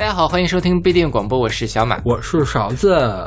大家好，欢迎收听必定广播，我是小马， 我是勺子。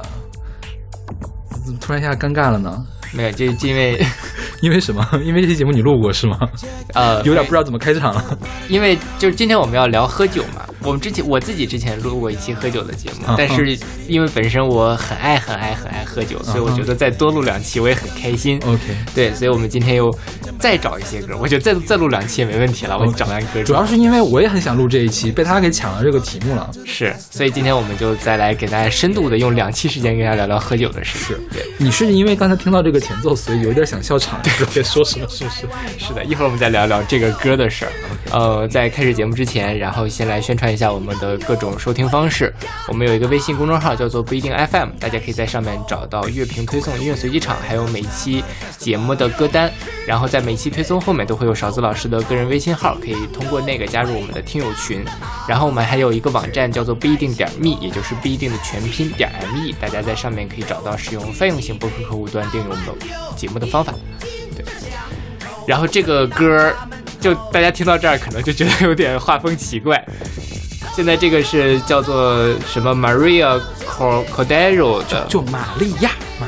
怎么突然一下尴尬了呢？ 没有，就因为因为什么？因为这期节目你录过是吗？有点不知道怎么开场了。 因为就是今天我们要聊喝酒嘛，我自己之前录过一期喝酒的节目，但是因为本身我很爱喝酒，所以我觉得再多录2期我也很开心。 OK， 对，所以我们今天又再找一些歌，我觉得再录2期也没问题了。我找完歌， 主要是因为我也很想录这一期，被他给抢了这个题目了。 是，所以今天我们就再来给大家深度的用2期时间跟大家聊聊喝酒的事。 是， 对， 你是因为刚才听到这个前奏，所以有点想笑场，别说什么是不是？ 是的，一会儿我们再聊聊这个歌的事儿。在开始节目之前，然后先来宣传一下我们的各种收听方式。我们有一个微信公众号叫做不一定 FM， 大家可以在上面找到乐评推送、音乐随机场，还有每期节目的歌单。然后在每期推送后面都会有勺子老师的个人微信号，可以通过那个加入我们的听友群。然后我们还有一个网站叫做不一定.me， 也就是不一定的全拼.me， 大家在上面可以找到使用泛用型播客客户端订阅我们的节目的方法。对，然后这个歌就大家听到这儿可能就觉得有点画风奇怪。现在这个是叫做什么 Maria Cordero 的， 就玛利亚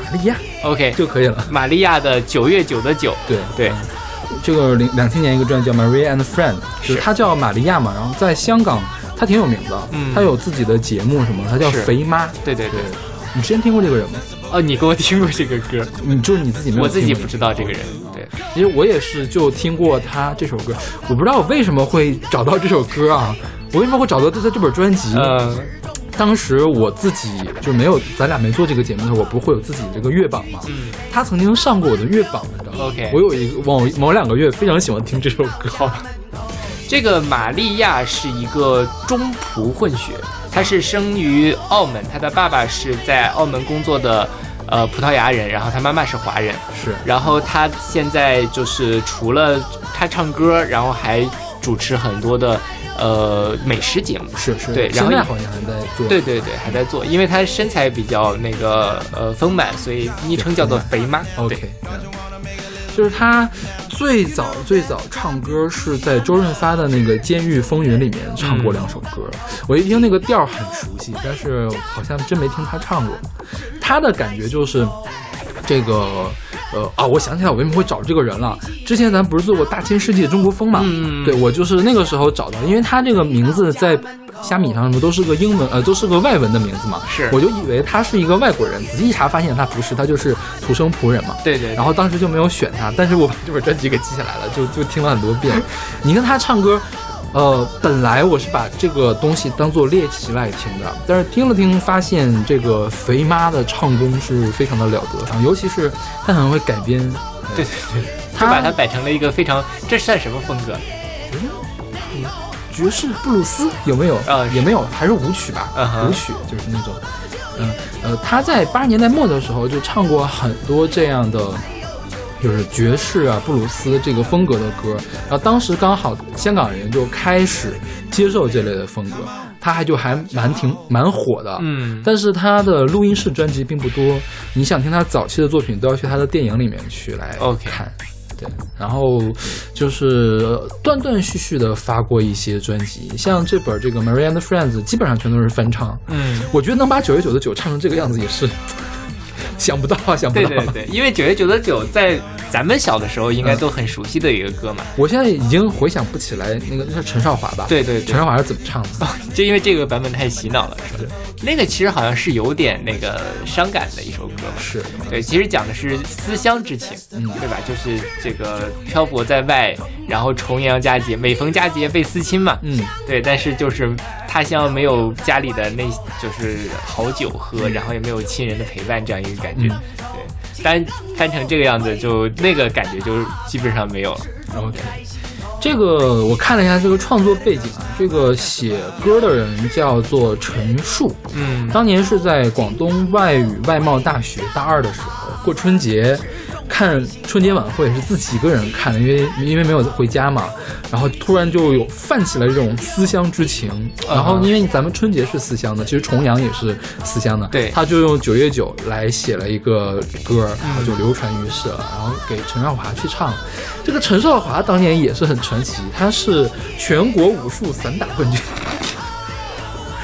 OK 就可以了。 玛利亚的9月9的9，对。 这个2000年一个专辑叫 Maria and Friend， 就是她叫玛利亚嘛，然后在香港她挺有名的，她有自己的节目什么，她叫肥妈。对，你之前听过这个人吗？ 你跟我听过这个歌， 就是你自己没有听过？ 我自己不知道这个人。对， 其实我也是就听过他这首歌，我不知道我为什么会找到这首歌啊，我为什么会找到这本专辑？当时我自己就没有，咱俩没做这个节目的时候，我不会有自己这个乐榜嘛。他曾经上过我的乐榜的。 OK， 我有一个某2个月非常喜欢听这首歌。 好吧，这个玛利亚是一个中葡混血，她是生于澳门，她的爸爸是在澳门工作的葡萄牙人，然后她妈妈是华人。 是，然后她现在就是除了她唱歌，然后还主持很多的美食节目。是，对，然后现在好像还在做。 对，还在做，因为她身材比较那个丰满，所以昵称叫做肥妈。 OK，就是她最早唱歌是在周润发的那个《监狱风云》里面唱过2首歌，我一听那个调很熟悉，但是好像真没听她唱过。她的感觉就是这个我想起来我为什么会找这个人了。之前咱不是做过大千世界中国风嘛？对，我就是那个时候找的，因为他这个名字在虾米上什么都是个英文，都是个外文的名字嘛。是，我就以为他是一个外国人，仔细一查发现他不是，他就是土生葡人嘛。对。然后当时就没有选他，但是我把这本专辑给记下来了，就听了很多遍。你跟他唱歌。本来我是把这个东西当做猎奇来听的，但是听了听发现这个肥妈的唱功是非常的了得，尤其是她很会改编。对， 她把它摆成了一个非常，这算什么风格？ 爵士布鲁斯有没有？也没有，还是舞曲吧。舞曲就是那种，她在80年代末的时候就唱过很多这样的。就是爵士啊、布鲁斯这个风格的歌，然后当时刚好香港人就开始接受这类的风格，他还蛮火的。但是他的录音室专辑并不多，你想听他早期的作品都要去他的电影里面去来看。对，然后就是断断续续的发过一些专辑，像这本这个 Maria and Friends 基本上全都是翻唱。我觉得能把9月9的9唱成这个样子也是想不到。对， 因为9月9的9在咱们小的时候应该都很熟悉的一个歌嘛。 我现在已经回想不起来那个是陈少华吧？对，陈少华是怎么唱的？ 就因为这个版本太洗脑了，是不是？那个其实好像是有点那个伤感的一首歌嘛。是，对，其实讲的是思乡之情，对吧？就是这个漂泊在外，然后重阳佳节，每逢佳节倍思亲嘛。对，但是就是他乡没有家里的就是好酒喝，然后也没有亲人的陪伴，这样一个感觉。对，但翻成这个样子，就那个感觉就基本上没有了。 OK， 这个我看了一下这个创作背景啊，这个写歌的人叫做陈树，当年是在广东外语外贸大学大2的时候过春节。看春节晚会是自己一个人看的，因为没有回家嘛，然后突然就有泛起了这种思乡之情。然后因为咱们春节是思乡的，其实重阳也是思乡的，对，他就用9月9来写了一个歌，然后就流传于世了，然后给陈少华去唱。这个陈少华当年也是很传奇，他是全国武术散打冠军。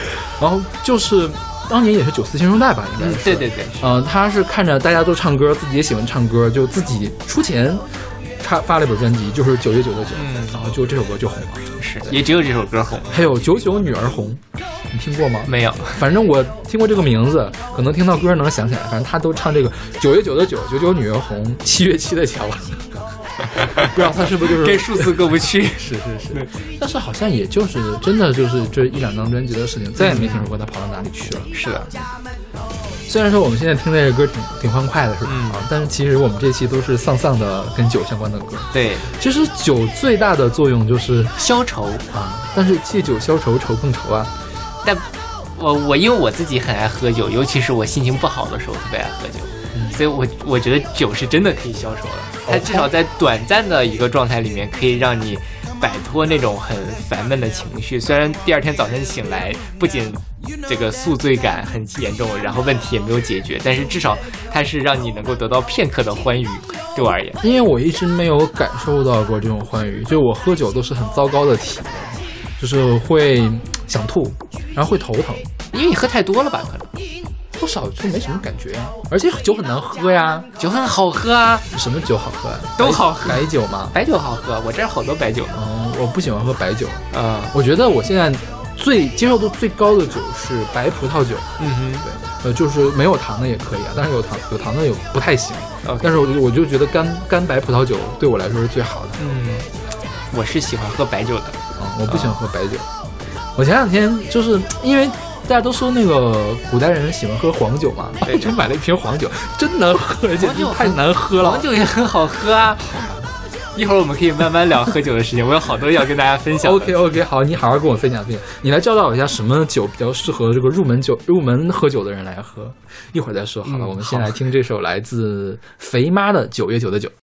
然后就是当年也是94新生代吧，应该是。 对。 他是看着大家都唱歌，自己也喜欢唱歌，就自己出钱发了一本专辑，就是9月9的9，然后就这首歌就红了。 是，也只有这首歌红。 还有99女儿红，你听过吗？ 没有， 反正我听过这个名字，可能听到歌能想起来。反正他都唱这个9月9的9，99女儿红，7月7的桥。不知道他是不是就是跟数字过不去。 是，但是好像也就是真的就是这1-2张专辑的事情，再也没听说过他跑到哪里去了。 是的。 虽然说我们现在听这个歌挺欢快的，是吧？但是其实我们这期都是丧丧的跟酒相关的歌。 对， 其实酒最大的作用就是消愁啊，但是借酒消愁，愁更愁啊。 但我因为我自己很爱喝酒，尤其是我心情不好的时候特别爱喝酒，所以我觉得酒是真的可以消愁的。它至少在短暂的一个状态里面，可以让你摆脱那种很烦闷的情绪。虽然第二天早晨醒来，不仅这个宿醉感很严重，然后问题也没有解决，但是至少它是让你能够得到片刻的欢愉。对我而言， 因为我一直没有感受到过这种欢愉，就我喝酒都是很糟糕的体验，就是会想吐，然后会头疼， 因为你喝太多了吧？可能多少就没什么感觉，而且酒很难喝呀。 酒很好喝啊。 什么酒好喝啊？ 都好喝。 白酒吗？ 白酒好喝，我这儿好多白酒。 我不喜欢喝白酒。我觉得我现在最接受度最高的酒是白葡萄酒。对，就是没有糖的也可以啊，但是有糖的也不太行。但是我就觉得干白葡萄酒对我来说是最好的。 我是喜欢喝白酒的。 我不喜欢喝白酒。我前两天就是因为大家都说那个古代人喜欢喝黄酒嘛，我就买了一瓶黄酒，真难喝，而且太难喝了。 黄酒也很好喝啊。一会儿我们可以慢慢聊喝酒的事情，我有好多要跟大家分享。 OK， 好，你好好跟我分享。你来教导我一下什么酒比较适合这个入门喝酒的人来喝。一会儿再说好了。我们先来听这首来自肥妈的9月9的9。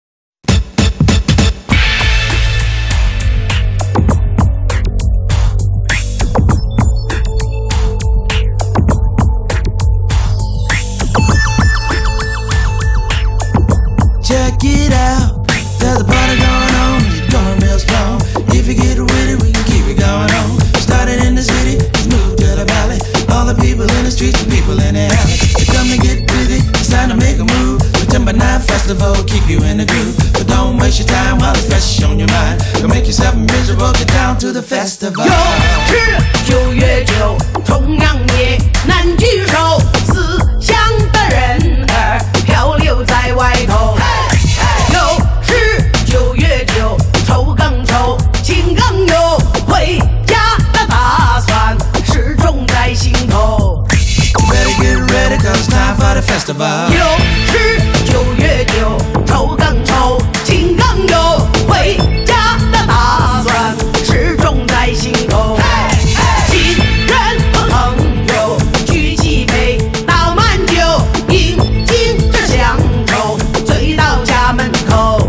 Check it out, there's a party going on, it's going real strong. If you get with it, we can keep it going on. Started in the city, it's moved to the valley. All the people in the streets and people in the alley. They come to get busy, it's time to make a move. September 9 festival, keep you in the groove. But don't waste your time while it's fresh on your mind. Don't make yourself miserable, get down to the festival. 又是9月9，重阳夜难聚首，思乡的人儿漂流在外头。又是9月9，愁更愁，情更忧，回家的打算始终在心头。 Better get ready, cause it's time for the festival. 又是9月9，愁更愁，情更忧，回家的打算始终在心头。亲人和朋友举起杯，倒满酒，饮尽这乡愁，醉到家门口。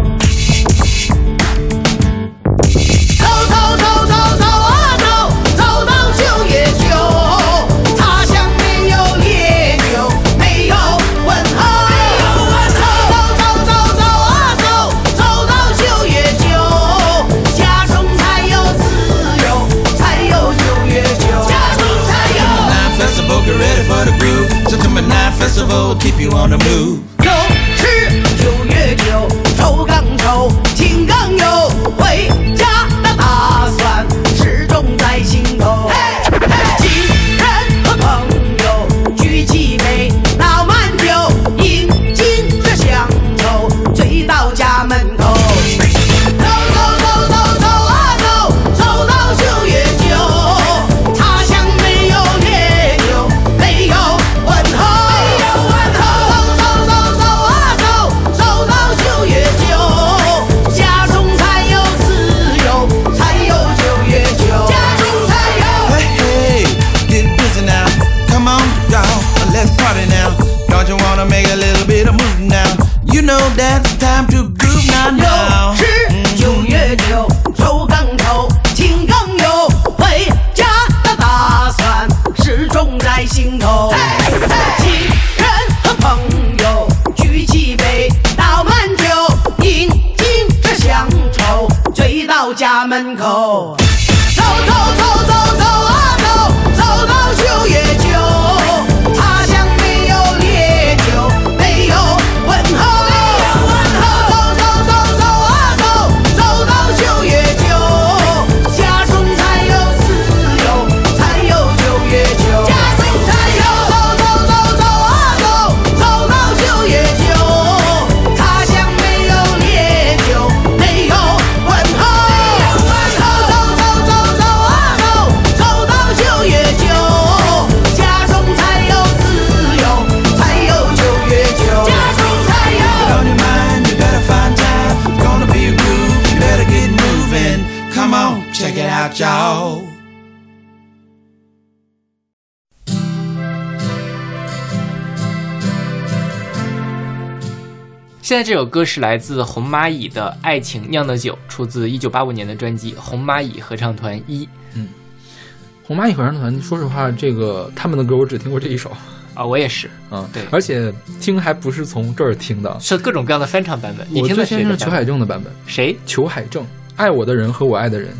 走走走走走啊走，走到9月9，他乡没有烈酒，没有问候。走走走走啊走，走到9月9，家中才有自由，才有9月9，家中才有。 September 9 festival, get ready for the groove. September 9 festival, keep you on the move. 又是9月9，愁更愁，情更忧，回家的打算始终在心头。亲人和朋友举起杯，倒满酒，饮尽这乡愁，醉到家门口。走走走走走啊走，走到9月9，他乡没有烈酒，没有问候。走走走走啊走，走到9月9，家中才有自由，才有9月9，家中才有。 Hey, hey, get busy now. Come on, y'all, let's party now. Don't you wanna make a little bit of move now? You know that it's time to groove now. 又是9月9，愁更愁，情更忧，回家的打算始终在心头。亲人和朋友举起杯，倒满酒，饮尽这乡愁，醉到家门口。走走走走走啊走，走到9月酒，他乡没有烈酒，没有问候。走走走走啊走，走到9月9，家中才有自由，才有9月9，家中才有。走走走走啊走，走到9月9，他乡没有烈酒，没有问候。走走走走啊走，走到9月9，家中才有自由，才有9月9，家中才有。 On your mind, you better find time. Gonna be a groove, you better get moving. Come on, check it out, y'all. 现在这首歌是来自红蚂蚁的《爱情酿的酒》，出自1985年的专辑《红蚂蚁合唱团1》。 红蚂蚁合唱团，说实话，这个他们的歌我只听过这一首啊，我也是， 对，而且听还不是从这儿听的， 是各种各样的翻唱版本。你听的谁的版本？ 我最先是裘海正的版本。 谁？ 裘海正，爱我的人和我爱的人。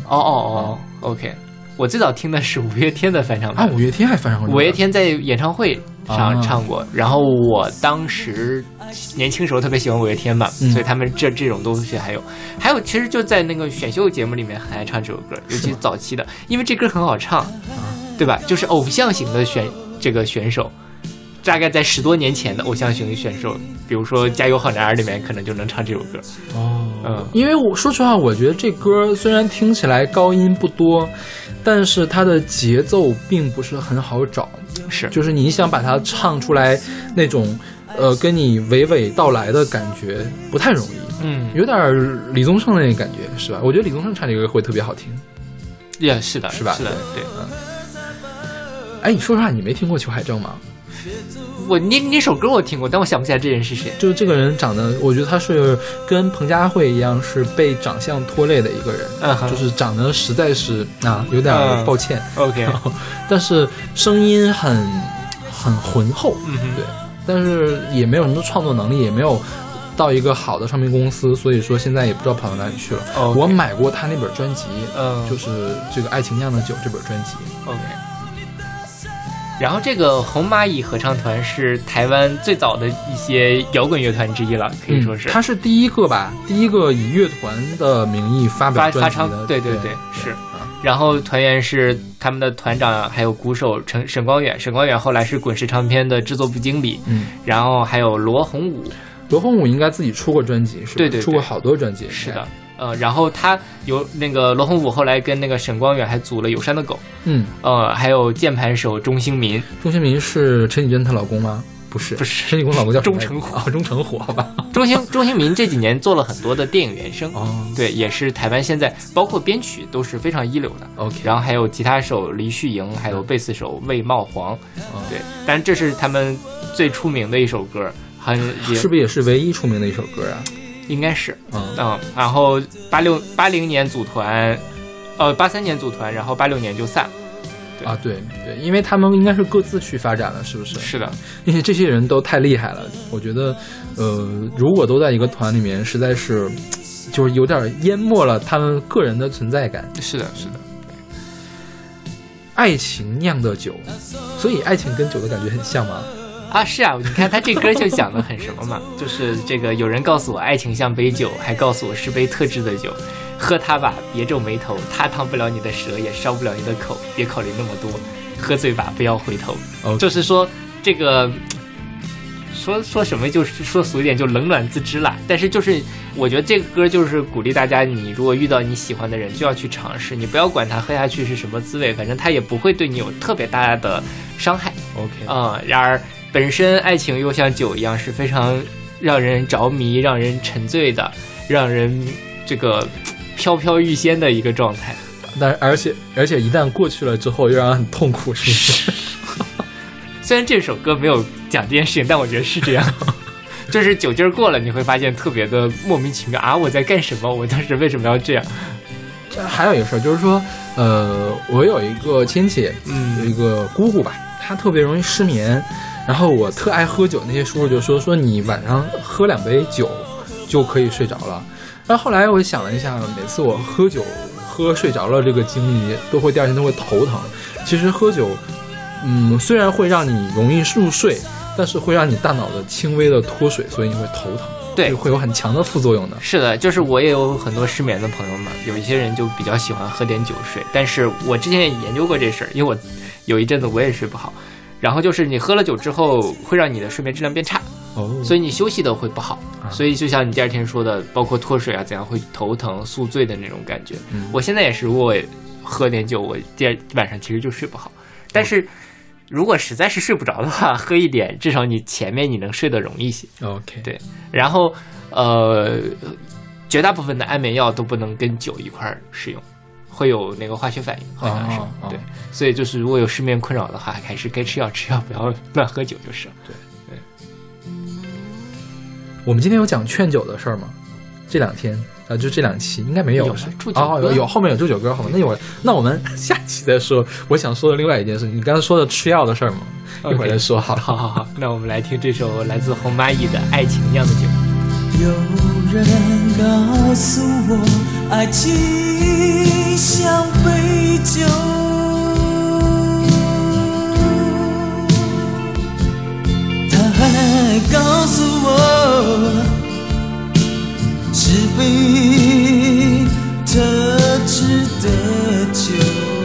OK。我最早听的是五月天的翻唱版。 五月天还翻唱过。 五月天在演唱会上唱过，然后我当时年轻时候特别喜欢五月天嘛，所以他们这种东西还有，其实就在那个选秀节目里面很爱唱这首歌，尤其早期的，因为这歌很好唱，对吧？就是偶像型的选手。大概在10多年前的偶像型选手，比如说《加油好男儿》里面可能就能唱这首歌。 因为我说实话，我觉得这歌虽然听起来高音不多，但是它的节奏并不是很好找，就是你想把它唱出来那种跟你娓娓道来的感觉不太容易。有点李宗盛的那个感觉，是吧？我觉得李宗盛唱这个会特别好听。 是的， 是吧？ 是的，对。 哎，你说实话，你没听过裘海正吗？ 那首歌我听过，但我想不起来这人是谁。 就是这个人长得，我觉得他是跟彭佳慧一样，是被长相拖累的一个人，就是长得实在是有点抱歉。 OK， 但是声音很浑厚，对，但是也没有什么创作能力，也没有到一个好的唱片公司，所以说现在也不知道跑到哪里去了。我买过他那本专辑，就是这个《爱情酿的酒》这本专辑。 OK。然后这个红蚂蚁合唱团是台湾最早的一些摇滚乐团之一了，可以说是。 他是第一个以乐团的名义发表专辑的。 对，是。然后团员是他们的团长，还有鼓手沈光远。沈光远后来是滚石唱片的制作部经理。然后还有罗宏武。罗宏武应该自己出过专辑，是吧？ 对， 出过好多专辑。 是的。然后他有那个罗宏武后来跟那个沈光远还组了友善的狗，还有键盘手钟兴民。 钟兴民是陈绮贞她老公吗？不是，陈绮贞老公叫钟成虎。 钟成虎，好吧。 钟兴民这几年做了很多的电影原声，对，也是台湾现在包括编曲都是非常一流的。 OK， 然后还有吉他手黎旭莹，还有贝斯手魏茂煌，对，但这是他们最出名的一首歌， 是不是也是唯一出名的一首歌啊？ 应该是，然后80年组团，83年组团，然后86年就散。 对，因为他们应该是各自去发展了，是不是？ 是的， 因为这些人都太厉害了，我觉得，如果都在一个团里面，实在是就是有点淹没了他们个人的存在感。 是的。 爱情酿的酒，所以爱情跟酒的感觉很像吗？ 是啊，你看他这歌就讲的很什么嘛，就是这个有人告诉我爱情像杯酒，还告诉我是杯特制的酒，喝它吧，别皱眉头，它烫不了你的舌，也烧不了你的口，别考虑那么多，喝醉吧，不要回头。就是说这个说什么，就是说俗一点就冷暖自知啦。但是就是我觉得这个歌就是鼓励大家，你如果遇到你喜欢的人就要去尝试，你不要管他喝下去是什么滋味，反正他也不会对你有特别大的伤害。 OK， 然而本身爱情又像酒一样是非常让人着迷、让人沉醉的，让人这个飘飘欲仙的一个状态。 但而且一旦过去了之后，又让人很痛苦，是不是？ 虽然这首歌没有讲这件事情，但我觉得是这样。就是酒劲儿过了，你会发现特别的莫名其妙啊！我在干什么？我当时为什么要这样？ 还有一个事儿就是说，我有一个亲戚，有一个姑姑吧，她特别容易失眠。然后我特爱喝酒，那些叔叔就说你晚上喝2杯酒就可以睡着了。然后后来我想了一下，每次我喝酒喝睡着了这个经历，第二天都会头疼。其实喝酒虽然会让你容易入睡，但是会让你大脑的轻微的脱水，所以你会头疼。 对， 会有很强的副作用的。 是的，就是我也有很多失眠的朋友嘛，有一些人就比较喜欢喝点酒睡，但是我之前也研究过这事儿，因为我有一阵子我也睡不好，然后就是你喝了酒之后会让你的睡眠质量变差，所以你休息的会不好，所以就像你第二天说的，包括脱水啊怎样会头疼宿醉的那种感觉。我现在也是，如果喝点酒我第二晚上其实就睡不好，但是如果实在是睡不着的话，喝一点，至少你前面你能睡得容易些。 OK， 对。然后绝大部分的安眠药都不能跟酒一块儿使用，会有那个化学反应，好像是。对，所以就是如果有失眠困扰的话，还是该吃药吃药，不要乱喝酒就是了。 对。我们今天有讲劝酒的事儿吗？这两天就这两期应该没有。有后面有祝酒歌，好吗？那我们下期再说。我想说的另外一件事，你刚才说的吃药的事儿嘛，一会儿再说。 好，那我们来听这首来自红蚂蚁的《爱情酿的酒》。 有人告诉我，爱情像杯酒，他还告诉我，是杯特制的酒。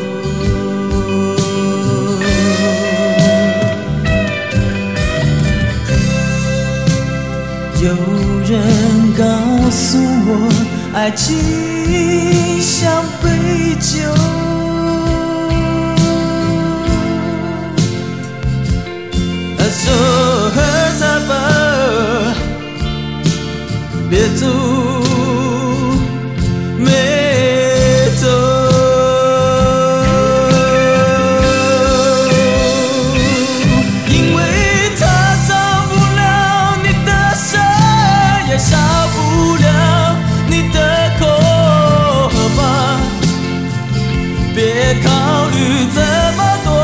有人告诉我，爱情像杯酒，说喝它吧，别走，没走，因为它伤不了你的身，也少不了你的口吧，别考虑这么多。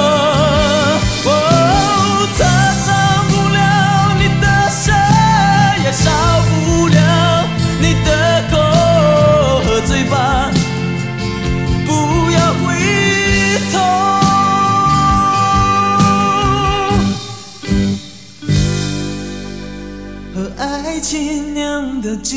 少不了你的口和嘴巴，不要回头。和爱情酿的酒，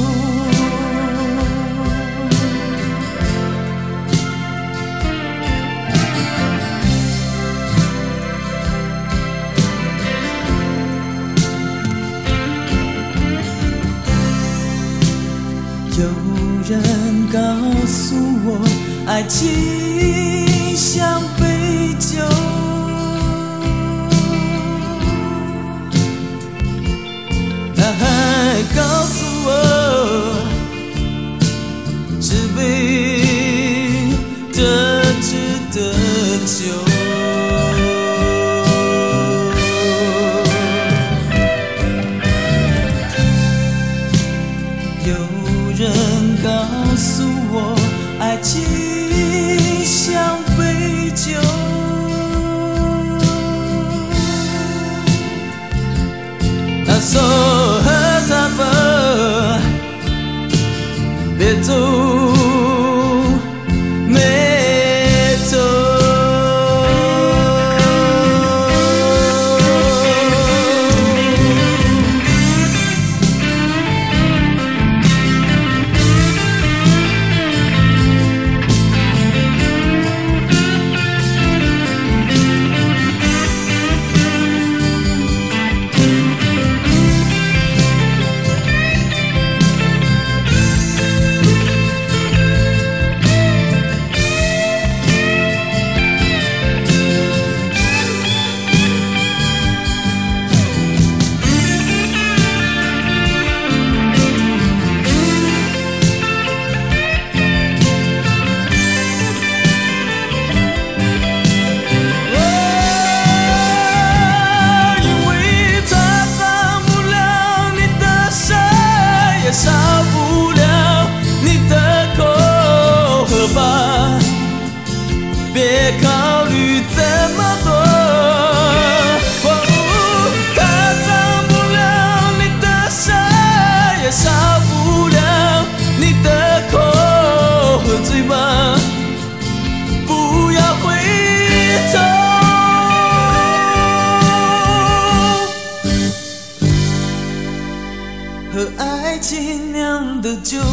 有人告诉我，爱情像杯酒，他还告诉我，是杯特制的酒。有人告诉我，爱情像杯酒，他说喝它吧，别走，没走。少不了你的口和吧，别考虑这么多。它伤不了你的身，也少不了你的口和嘴巴，不要回头。 起酿的酒。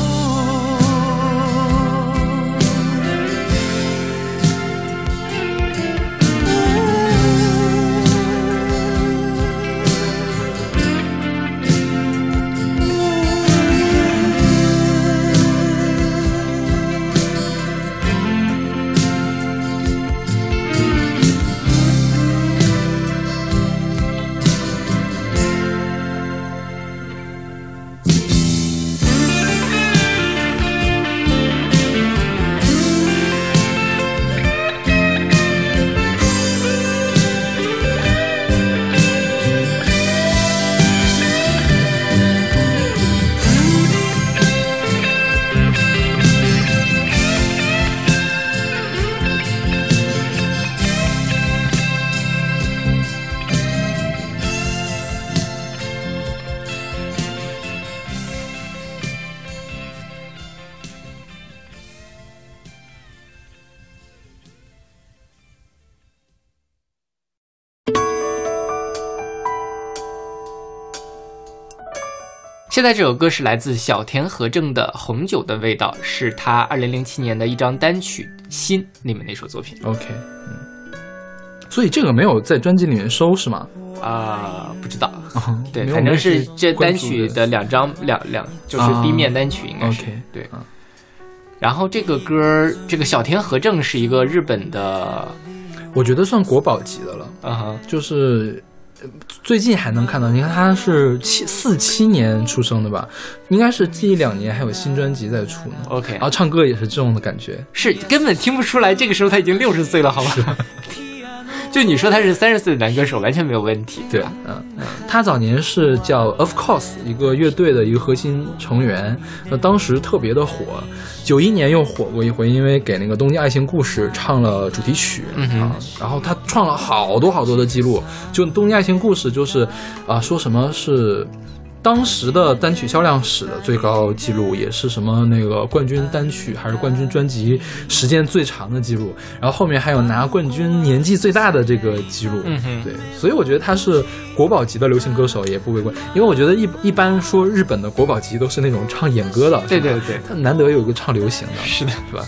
现在这首歌是来自小田和正的《红酒的味道》，是他2007年的一张单曲《心》里面的一首作品。 OK， 所以这个没有在专辑里面收是吗？ 不知道，对， 没有反正是这单关注曲的两张两就是 B 面单曲应该是、 OK， 对。然后这个歌，这个小田和正是一个日本的， 我觉得算国宝级的了，就是最近还能看到，你看他是47年出生的吧，应该是这1-2年还有新专辑在出呢。 OK， 然后唱歌也是这种的感觉， 是根本听不出来，这个时候他已经60岁了，好吗？就你说他是30岁的男歌手，完全没有问题。 对，他早年是叫 Of Course 一个乐队的一个核心成员，当时特别的火，91年又火过一回，因为给那个《东京爱情故事》唱了主题曲，然后他创了好多好多的记录，就《东京爱情故事》就是说什么是当时的单曲销量史的最高记录，也是什么那个冠军单曲还是冠军专辑时间最长的记录，然后后面还有拿冠军年纪最大的这个记录。对，所以我觉得他是国宝级的流行歌手也不为过，因为我觉得一般说日本的国宝级都是那种唱演歌的， 对对对， 他难得有一个唱流行的， 是的， 是吧？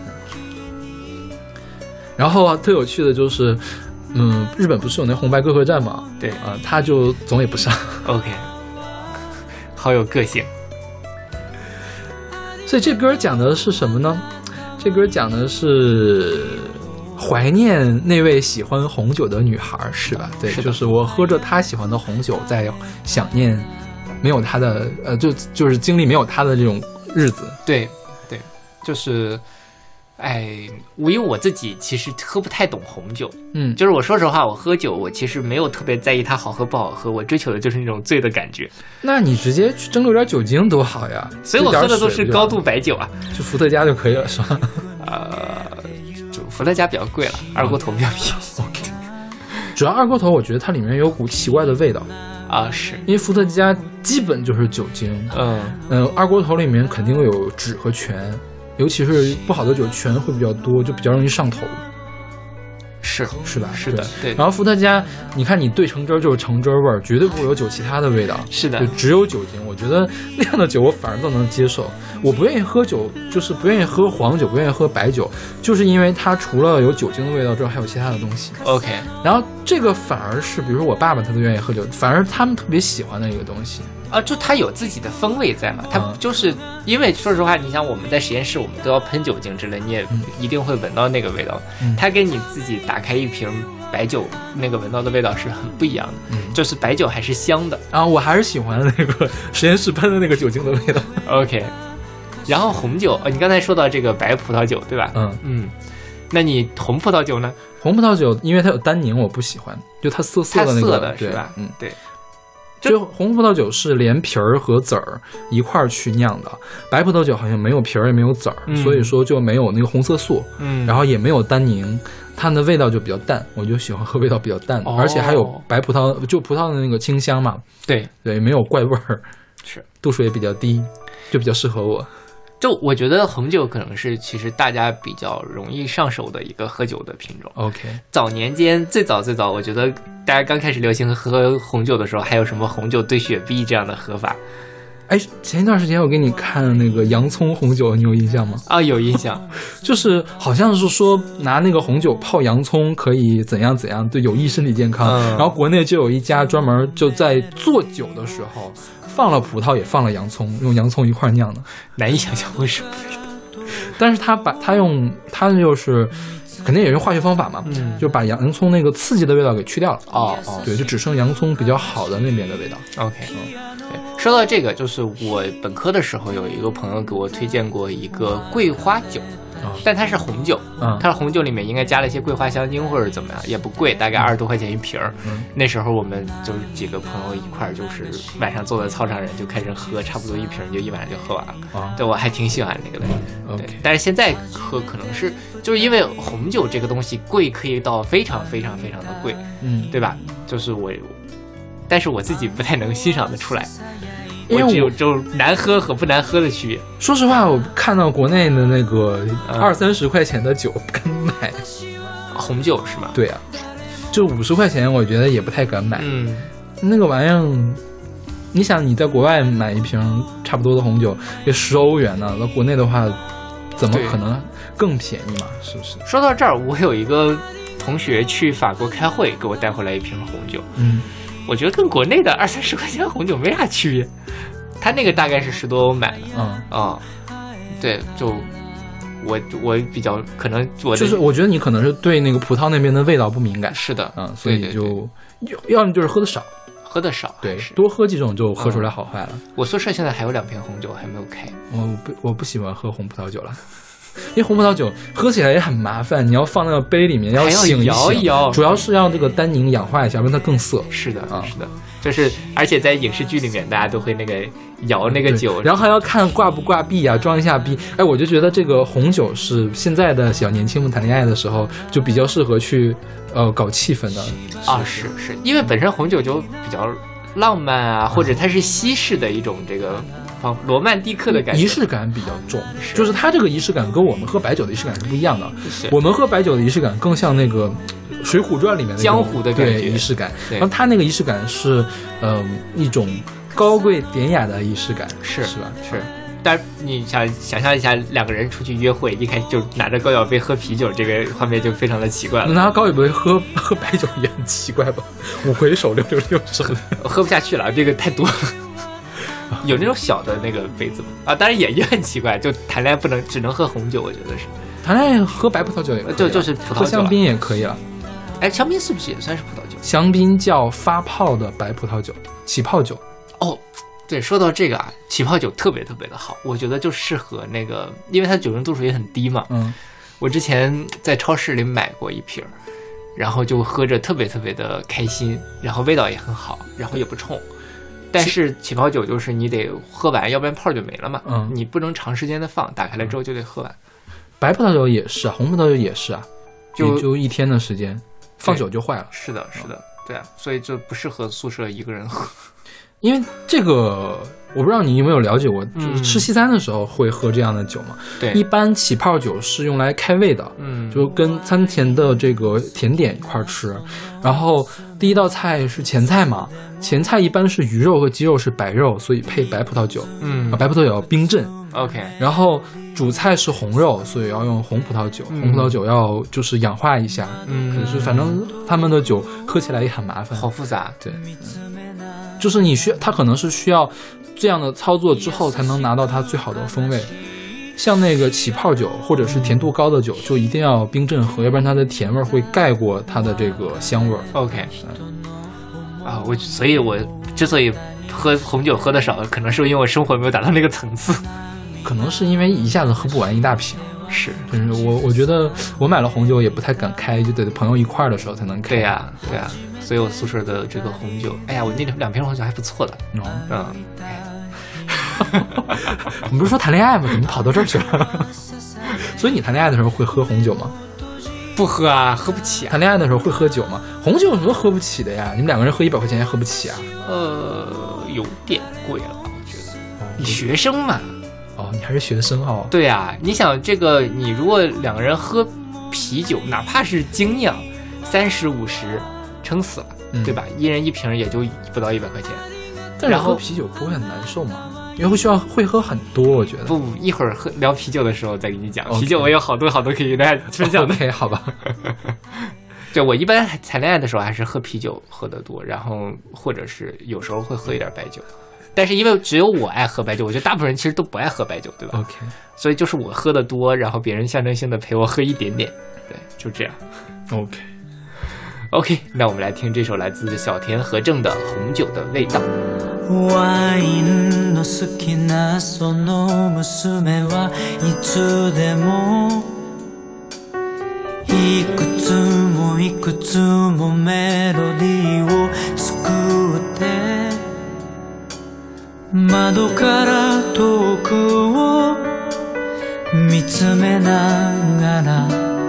然后特有趣的就是，日本不是有那红白歌合战嘛？ 对他就总也不上。 OK。好有个性。 所以这歌讲的是什么呢？这歌讲的是怀念那位喜欢红酒的女孩，是吧？对，就是我喝着她喜欢的红酒，在想念没有她的就是经历没有她的这种日子。 对对，就是因为我自己其实喝不太懂红酒，就是我说实话，我喝酒我其实没有特别在意它好喝不好喝，我追求的就是那种醉的感觉。 那你直接去蒸馏点酒精多好呀！ 所以我喝的都是高度白酒啊， 就伏特加就可以了，是吧？ 就伏特加比较贵了，二锅头比较便宜。 OK， 主要二锅头我觉得它里面有股奇怪的味道是因为伏特加基本就是酒精，二锅头里面肯定有酯和醛。尤其是不好的酒，醛会比较多，就比较容易上头，是吧？ 是的，对。 然后伏特加，你看你兑成汁就是橙汁味儿，绝对不会有酒其他的味道。 是的， 就只有酒精。我觉得那样的酒我反而都能接受。我不愿意喝酒，就是不愿意喝黄酒，不愿意喝白酒，就是因为它除了有酒精的味道之外，还有其他的东西。 OK。 然后这个反而是，比如说我爸爸他都愿意喝酒，反而他们特别喜欢的一个东西。 就它有自己的风味在嘛，它就是因为说实话，你想我们在实验室，我们都要喷酒精之类，你也一定会闻到那个味道。它跟你自己打开一瓶白酒，那个闻到的味道是很不一样的。就是白酒还是香的我还是喜欢那个实验室喷的那个酒精的味道。 OK。然后红酒，你刚才说到这个白葡萄酒，对吧？那你红葡萄酒呢？ 红葡萄酒因为它有单宁，我不喜欢，就它涩涩的那个， 太涩的是吧？对。 就红葡萄酒是连皮儿和籽儿一块儿去酿的，白葡萄酒好像没有皮儿也没有籽儿，所以说就没有那个红色素，然后也没有单宁，它的味道就比较淡，我就喜欢喝味道比较淡的，而且还有白葡萄就葡萄的那个清香嘛，对，没有怪味儿， 是度数也比较低，就比较适合我。 就我觉得红酒可能是其实大家比较容易上手的一个喝酒的品种。 OK， 早年间最早，我觉得大家刚开始流行喝红酒的时候，还有什么红酒兑雪碧这样的喝法。 哎，前一段时间我给你看那个洋葱红酒，你有印象吗？ 啊，有印象， 就是好像是说拿那个红酒泡洋葱可以怎样怎样，对，有益身体健康。然后国内就有一家专门就在做酒的时候放了葡萄也放了洋葱，用洋葱一块酿的， 难以想象为什么。 但是他就是肯定也是化学方法嘛，就把洋葱那个刺激的味道给去掉了。 哦， 对，就只剩洋葱比较好的那边的味道。 OK，对，说到这个，就是我本科的时候有一个朋友给我推荐过一个桂花酒。但它是红酒，它是红酒里面应该加了一些桂花香精或者怎么样，也不贵，大概20多块钱一瓶。那时候我们就几个朋友一块儿，就是晚上坐在操场上就开始喝，差不多一瓶就一晚上就喝完了。对，我还挺喜欢那个的。对，但是现在喝可能是就是因为红酒这个东西贵，可以到非常非常非常的贵，对吧？就是但是我自己不太能欣赏得出来。我只有就难喝和不难喝的区别。 说实话，我看到国内的那个20-30块钱的酒不敢买， 红酒是吗？ 对啊，就50块钱，我觉得也不太敢买。那个玩意儿，你想你在国外买一瓶差不多的红酒也10欧元呢，到国内的话，怎么可能更便宜嘛？是不是？ 说到这儿，我有一个同学去法国开会，给我带回来一瓶红酒。我觉得跟国内的20-30块钱红酒没啥区别，他那个大概是10多欧买的。对，就我比较可能就是我觉得你可能是对那个葡萄那边的味道不敏感。 是的， 所以就要么就是喝的少，对，多喝几种就喝出来好坏了。 我宿舍现在还有2瓶红酒还没有开。 我不喜欢喝红葡萄酒了。因为红葡萄酒喝起来也很麻烦，你要放那个杯里面，要醒一摇一摇， 主要是让这个单宁氧化一下，让它更涩。 是的，是的，就是而且在影视剧里面，大家都会那个摇那个酒， 然后还要看挂不挂壁啊，装一下逼。哎，我就觉得这个红酒是现在的小年轻们谈恋爱的时候就比较适合去搞气氛的是因为本身红酒就比较浪漫啊，或者它是西式的一种这个。罗曼蒂克的感觉， 仪式感比较重，就是它这个仪式感跟我们喝白酒的仪式感是不一样的。我们喝白酒的仪式感更像那个《水浒传》里面的江湖的感觉， 仪式感。然后它那个仪式感是，一种高贵典雅的仪式感，是吧？ 是。但你想象一下，2个人出去约会，一开始就拿着高脚杯喝啤酒，这个画面就非常的奇怪了。 拿高脚杯喝白酒也很奇怪吧？5回手666手， 喝不下去了，这个太多了。有那种小的那个杯子吗？当然也很奇怪，就谈恋爱只能喝红酒，我觉得是。谈恋爱喝白葡萄酒也可以， 就是葡萄酒，喝香槟也可以了。 哎，香槟是不是也算是葡萄酒？ 香槟叫发泡的白葡萄酒，起泡酒。 对，说到这个啊，起泡酒特别特别的好，我觉得就适合那个，因为它酒精度数也很低嘛。我之前在超市里买过一瓶，然后就喝着特别特别的开心，然后味道也很好，然后也不冲。但是起泡酒就是你得喝完，要不然泡就没了嘛。你不能长时间的放，打开了之后就得喝完。 白葡萄酒也是啊，红葡萄酒也是啊，就1天的时间，放久就坏了。 是的，对啊，所以就不适合宿舍一个人喝。 因为这个我不知道你有没有了解过，就是吃西餐的时候会喝这样的酒嘛。 对， 一般起泡酒是用来开胃的，就跟餐前的这个甜点一块吃。然后第一道菜是前菜嘛，前菜一般是鱼肉和鸡肉是白肉，所以配白葡萄酒。白葡萄酒要冰镇。 OK。 然后主菜是红肉，所以要用红葡萄酒。红葡萄酒要就是氧化一下。可是反正他们的酒喝起来也很麻烦， 好复杂。 对。就是它可能是需要这样的操作之后才能拿到它最好的风味。像那个起泡酒或者是甜度高的酒，就一定要冰镇喝，要不然它的甜味会盖过它的这个香味。 OK。所以我之所以喝红酒喝的少，可能是因为我生活没有达到那个层次， 可能是因为一下子喝不完一大瓶。就是我觉得我买了红酒也不太敢开，就得朋友一块儿的时候才能开。 对呀，所以我宿舍的这个红酒，哎呀，我那2瓶红酒还不错的。 我们不是说谈恋爱吗？怎么跑到这儿去了？所以你谈恋爱的时候会喝红酒吗？ 不喝啊，喝不起啊。 谈恋爱的时候会喝酒吗？红酒有什么喝不起的呀？你们2个人喝100块钱还喝不起啊？ 有点贵了，我觉得。你学生嘛。 你还是学生哦。 对啊，你想这个，你如果2个人喝啤酒，哪怕是精酿，30-50，撑死了，对吧？1人1瓶也就不到100块钱。 但是喝啤酒不会很难受吗？ 因为会喝很多，我觉得。 不，一会儿聊啤酒的时候再给你讲。 Okay. 啤酒我有好多可以给大家分享的。 OK， 好吧。 对，我一般谈恋爱的时候还是喝啤酒喝得多，然后或者是有时候会喝一点白酒。但是因为只有我爱喝白酒，我觉得大部分人其实都不爱喝白酒，对吧 ？OK， 所以就是我喝得多，然后别人象征性的陪我喝一点点，对，就这样。OK， 那我们来听这首来自小田和正的《红酒的味道》。 ワインの好きなその娘はいつでもいくつもいくつもメロディーを作って窓から遠くを見つめながら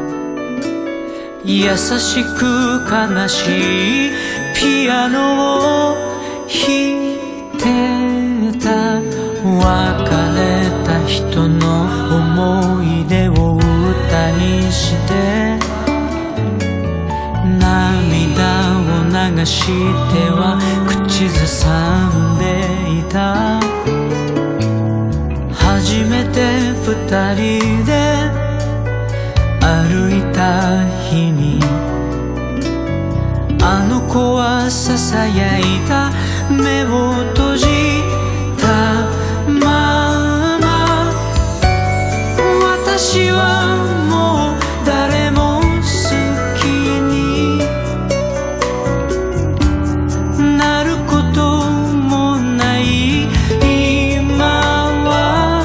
優しく悲しいピアノを弾いてた別れた人の思い出を歌にして涙を流しては口ずさんでいた初めて二人で歩いた日にあの子はささやいた目を閉じたまま私はもう誰も好きになることもない今は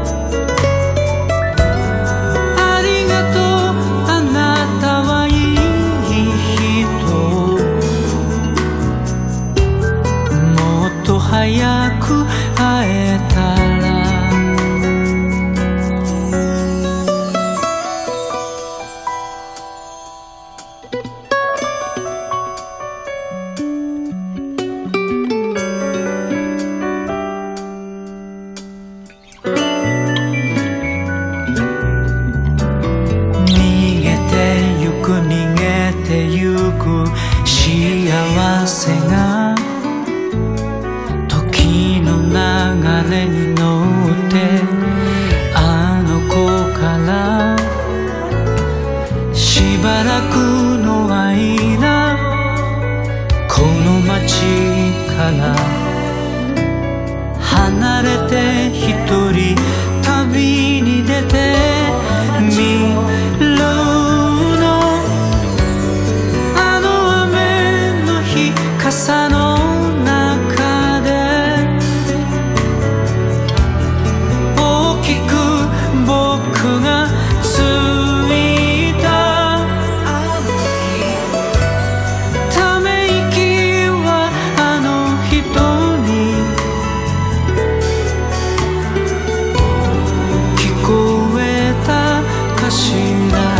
ありがとうあなたはいい人もっと早く会えたら逃げてゆく逃げてゆく幸せが時の流れに乗ってあの子からしばらくの間この街から離れて一人旅に出てみるのあの雨の日傘の中で大きく僕がついたため息はあの人に聞こえたかしら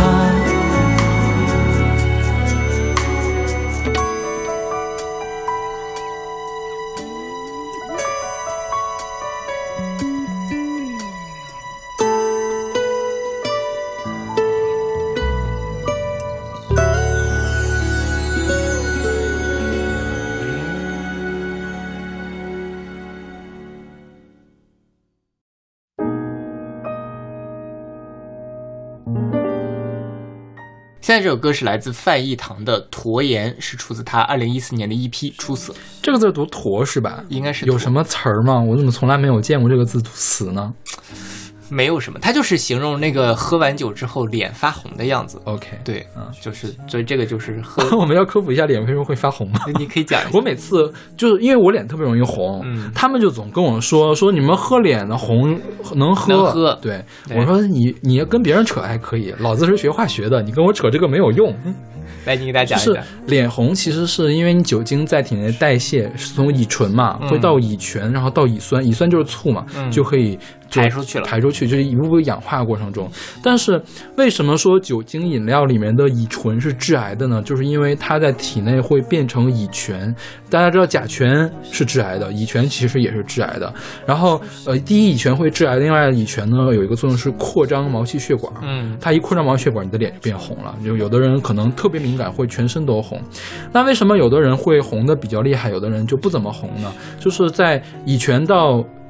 现在这首歌是来自范逸堂的《驼岩》，是出自他2014年的EP《出色》。 这个字读驼是吧？ 应该是有什么词儿吗？我怎么从来没有见过这个字读词呢？ 没有什么，它就是形容那个喝完酒之后脸发红的样子。 OK， 对，就是所以这个就是喝。 我们要科普一下脸为什么会发红吗？ 你可以讲一下。 我每次就是因为我脸特别容易红，他们就总跟我说你们喝脸的红能喝， 能喝。 对，我说你要跟别人扯还可以，老子是学化学的，你跟我扯这个没有用。 来，你给大家讲一讲。就是脸红其实是因为你酒精在体内代谢，是从乙醇嘛，会到乙醛，然后到乙酸，乙酸就是醋嘛，就可以排出去了， 排出去就是一步步氧化过程中。但是为什么说酒精饮料里面的乙醇是致癌的呢？就是因为它在体内会变成乙醛。大家知道甲醛是致癌的，乙醛其实也是致癌的。然后第一乙醛会致癌，另外乙醛呢有一个作用是扩张毛细血管，它一扩张毛细血管，你的脸就变红了。就有的人可能特别敏感，会全身都红。那为什么有的人会红的比较厉害，有的人就不怎么红呢？就是在乙醛到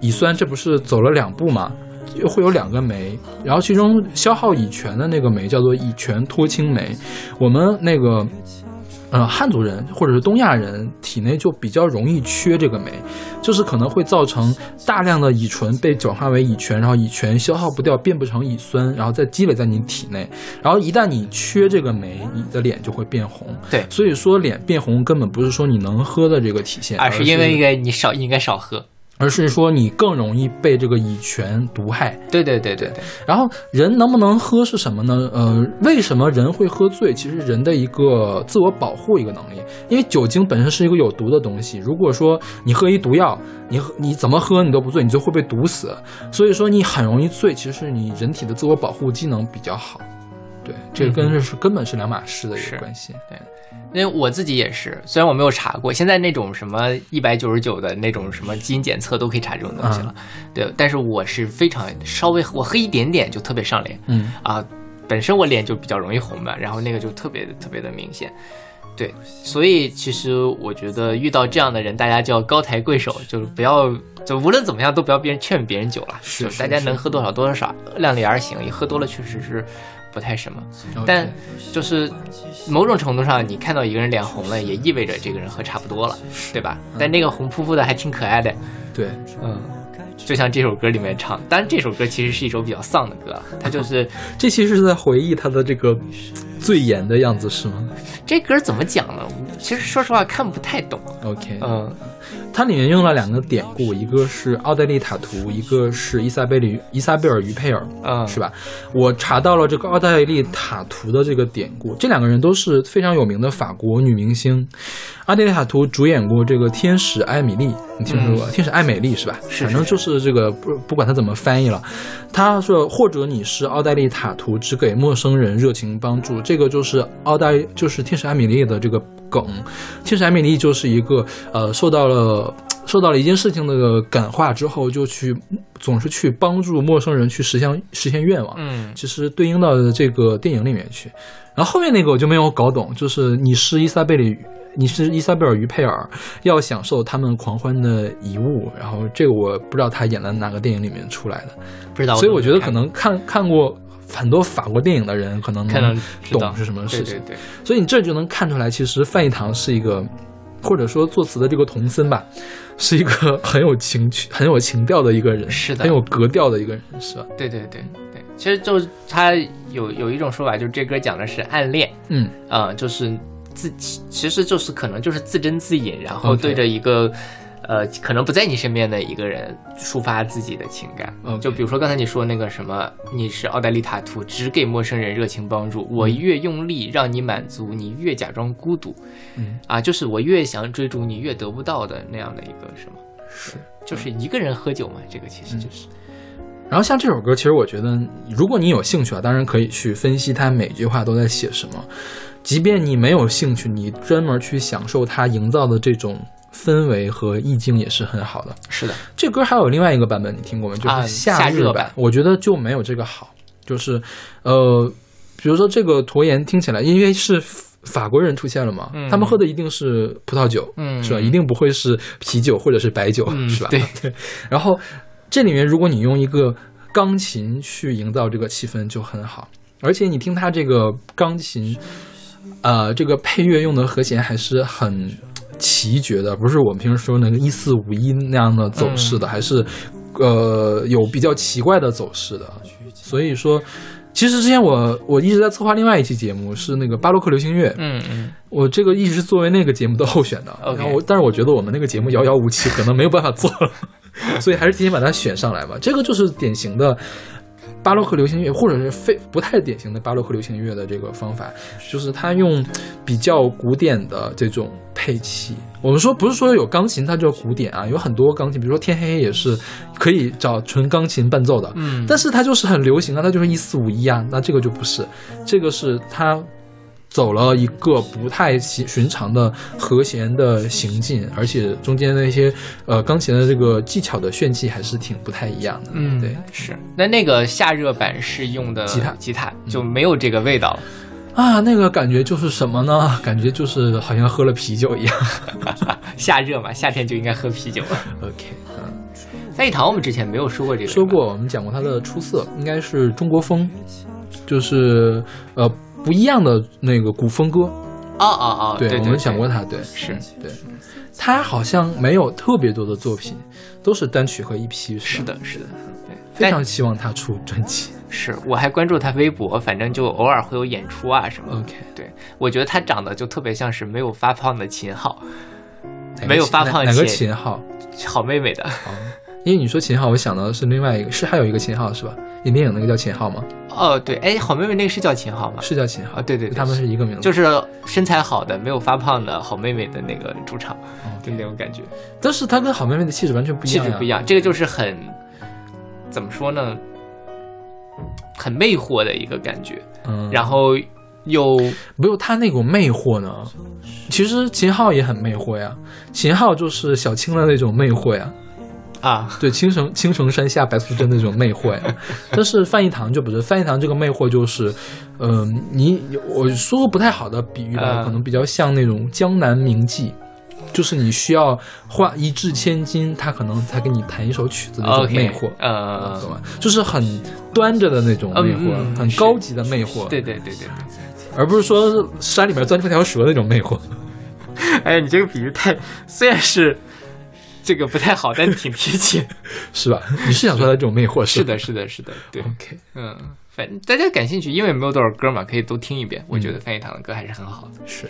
乙酸这不是走了2步嘛，会有2个酶，然后其中消耗乙醛的那个酶叫做乙醛脱氢酶。我们那个汉族人或者是东亚人体内就比较容易缺这个酶，就是可能会造成大量的乙醇被转化为乙醛，然后乙醛消耗不掉变不成乙酸，然后再积累在你体内，然后一旦你缺这个酶，你的脸就会变红。 对， 所以说脸变红根本不是说你能喝的这个体现， 而是因为你应该少喝， 而是说你更容易被这个乙醛毒害。 对。 然后人能不能喝是什么呢？为什么人会喝醉？其实人的一个自我保护一个能力，因为酒精本身是一个有毒的东西。如果说你喝一毒药，你怎么喝你都不醉，你就会被毒死。所以说你很容易醉，其实是你人体的自我保护机能比较好。对，这个根本是两码事的一个关系。 对。因为我自己也是，虽然我没有查过，现在那种什么199的那种什么基因检测都可以查这种东西了，对，但是我是非常稍微我喝一点点就特别上脸，本身我脸就比较容易红嘛，然后那个就特别的明显，对，所以其实我觉得遇到这样的人，大家就要高抬贵手，就是不要就无论怎么样都不要劝别人酒了，就大家能喝多少，量力而行，也喝多了确实是不太什么，但就是某种程度上，你看到一个人脸红了，也意味着这个人喝差不多了，对吧？但那个红扑扑的还挺可爱的， 对， 就像这首歌里面唱，当然这首歌其实是一首比较丧的歌，它就是这其实是在回忆他的这个醉颜的样子，是吗？ 这歌怎么讲呢？其实说实话看不太懂。 OK，它里面用了2个典故，一个是奥黛丽塔图，一个是伊莎贝尔于佩尔，是吧？我查到了这个奥黛丽塔图的这个典故，这2个人都是非常有名的法国女明星。奥黛丽塔图主演过这个《天使艾米丽》，你听说过？天使艾美丽是吧？ 是， 反正就是这个不管他怎么翻译了。他说，或者你是奥黛丽塔图，只给陌生人热情帮助，这个就是就是天使艾米丽的这个梗。天使艾米丽就是一个受到了一件事情的感化之后，就总是去帮助陌生人去实现愿望。其实对应到这个电影里面去。然后后面那个我就没有搞懂，就是你是伊莎贝尔于佩尔，要享受他们狂欢的遗物。然后这个我不知道他演的哪个电影里面出来的， 不知道。 所以我觉得可能看过很多法国电影的人可能懂是什么事情。 对。 所以你这就能看出来，其实范逸堂是一个，或者说作词的这个童森吧，是一个很有情调的一个人， 是的， 很有格调的一个人，是吧？ 对。其实就是他有一种说法，就是这歌讲的是暗恋，就是其实就是可能就是自斟自饮，然后对着一个可能不在你身边的一个人抒发自己的情感。就比如说刚才你说那个什么，你是奥黛丽塔图，只给陌生人热情帮助，我越用力让你满足，你越假装孤独。就是我越想追逐你，越得不到的那样的一个什么，是就是一个人喝酒嘛，这个其实就是。 然后像这首歌，其实我觉得如果你有兴趣当然可以去分析它每句话都在写什么，即便你没有兴趣，你专门去享受它营造的这种氛围和意境也是很好的。 是的， 这歌还有另外一个版本你听过吗？就是夏日版，我觉得就没有这个好。就是比如说这个驼岩听起来，因为是法国人出现了嘛，他们喝的一定是葡萄酒，是吧？一定不会是啤酒或者是白酒，是吧？对。然后这里面如果你用一个钢琴去营造这个气氛就很好，而且你听它这个钢琴这个配乐用的和弦还是很奇绝的，不是我们平时说那个1451那样的走势的，还是有比较奇怪的走势的。所以说其实之前我一直在策划另外一期节目，是那个巴洛克流行乐，我这个一直是作为那个节目的候选的，然后但是我觉得我们那个节目遥遥无期，可能没有办法做了，所以还是提前把它选上来吧。这个就是典型的巴洛克流行乐，或者是不太典型的巴洛克流行乐的这个方法，就是它用比较古典的这种配器。我们说不是说有钢琴它就古典啊，有很多钢琴，比如说天黑也是可以找纯钢琴伴奏的，但是它就是很流行啊，它就是1451啊，那这个就不是，这个是它走了一个不太寻常的和弦的行进，而且中间的一些钢琴的这个技巧的炫技还是挺不太一样的。对， 是。那个夏热版是用的吉他就没有这个味道啊，那个感觉就是什么呢？感觉就是好像喝了啤酒一样。 夏热嘛，夏天就应该喝啤酒。 OK， 范逸堂我们之前没有说过这个， 说过，我们讲过他的出色，应该是中国风，就是不一样的那个古风歌。对，我们讲过他，对， 是对，他好像没有特别多的作品，都是单曲和EP， 是的，对， 非常希望他出专辑。 是，我还关注他微博，反正就偶尔会有演出啊什么的。 OK， 对，我觉得他长得就特别像是没有发胖的秦昊，没有发胖哪个秦昊？ 好妹妹的。 因为你说秦昊，我想到的是另外一个，还有一个秦昊是吧？演电影那个叫秦昊吗？ 对，哎，好妹妹那个是叫秦昊吗？ 是叫秦昊， 对， 他们是一个名字， 就是身材好的、没有发胖的好妹妹的那个主唱，就那种感觉。 但是他跟好妹妹的气质完全不一样， 气质不一样，这个就是很怎么说呢？很魅惑的一个感觉，然后又没有他那种魅惑呢。其实秦昊也很魅惑呀，秦昊就是小青的那种魅惑呀。对，青城山下白素贞那种魅惑呀。但是范逸堂就不是，范逸堂这个魅惑就是，我说个不太好的比喻吧，可能比较像那种江南名妓。就是你需要花一掷千金，他可能才给你弹一首曲子的那种魅惑，懂吗？就是很端着的那种魅惑，很高级的魅惑。 对， 而不是说山里面钻出条蛇那种魅惑。 哎呀，你这个比喻虽然是这个不太好，但挺贴切， 是吧？你是想说他这种魅惑？ 是的，对。 OK， 反正大家感兴趣，因为没有多少歌嘛，可以都听一遍。我觉得范逸堂的歌还是很好的。 是。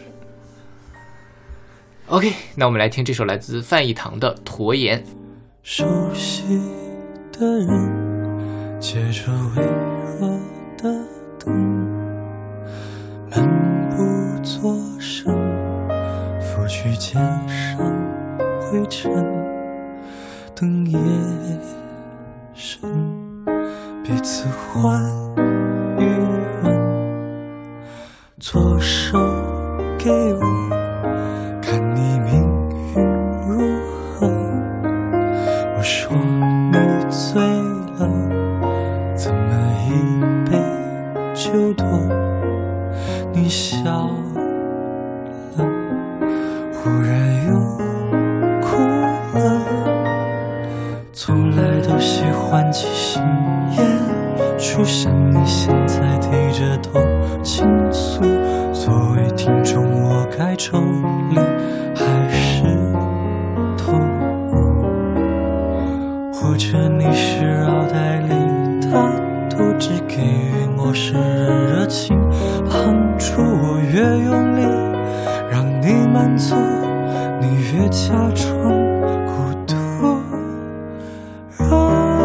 OK， 那我们来听这首来自范逸堂的《驼岩》。 熟悉的人，借着微弱的灯，漫步作声，拂去肩上灰尘。等夜深，彼此换一吻，左手给我。看你命运如何，我说你醉了，怎么一杯就多？你笑了，忽然又哭了。从来都喜欢即兴演出，像你现在低着头倾诉。作为听众，我该抽离还是投入？或者你是绕带里的都只给予陌生人热情帮助，我越用力让你满足，你越假装孤独，让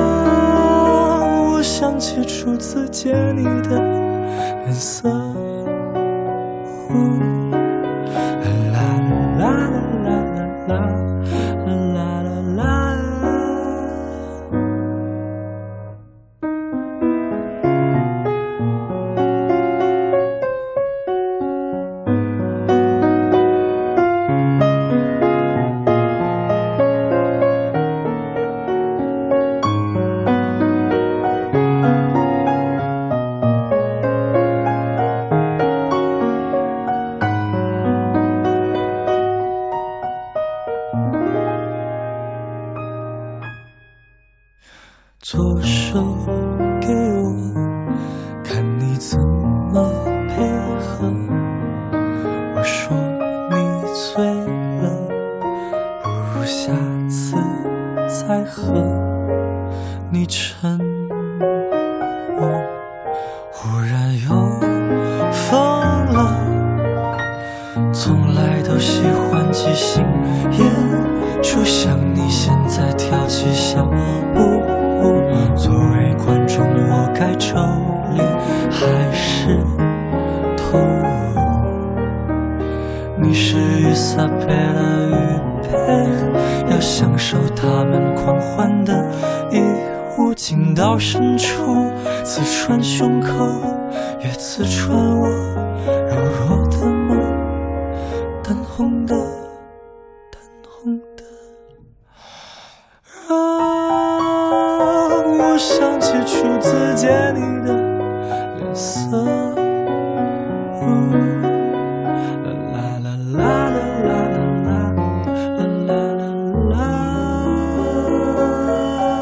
我想起初次见你的脸色。左手给我，看你怎么配合。我说你醉了，不如下次再喝。你沉默，忽然又疯了。从来都喜欢即兴演出，像你现在跳起小舞。作为观众，我该抽离还是投入？你是伊莎贝拉与佩，要享受他们狂欢的义务。情到深处，刺穿胸口，也刺穿我柔弱的梦，淡红的，淡红的。我想起初次见你的脸色，啦啦啦啦啦啦啦啦啦啦。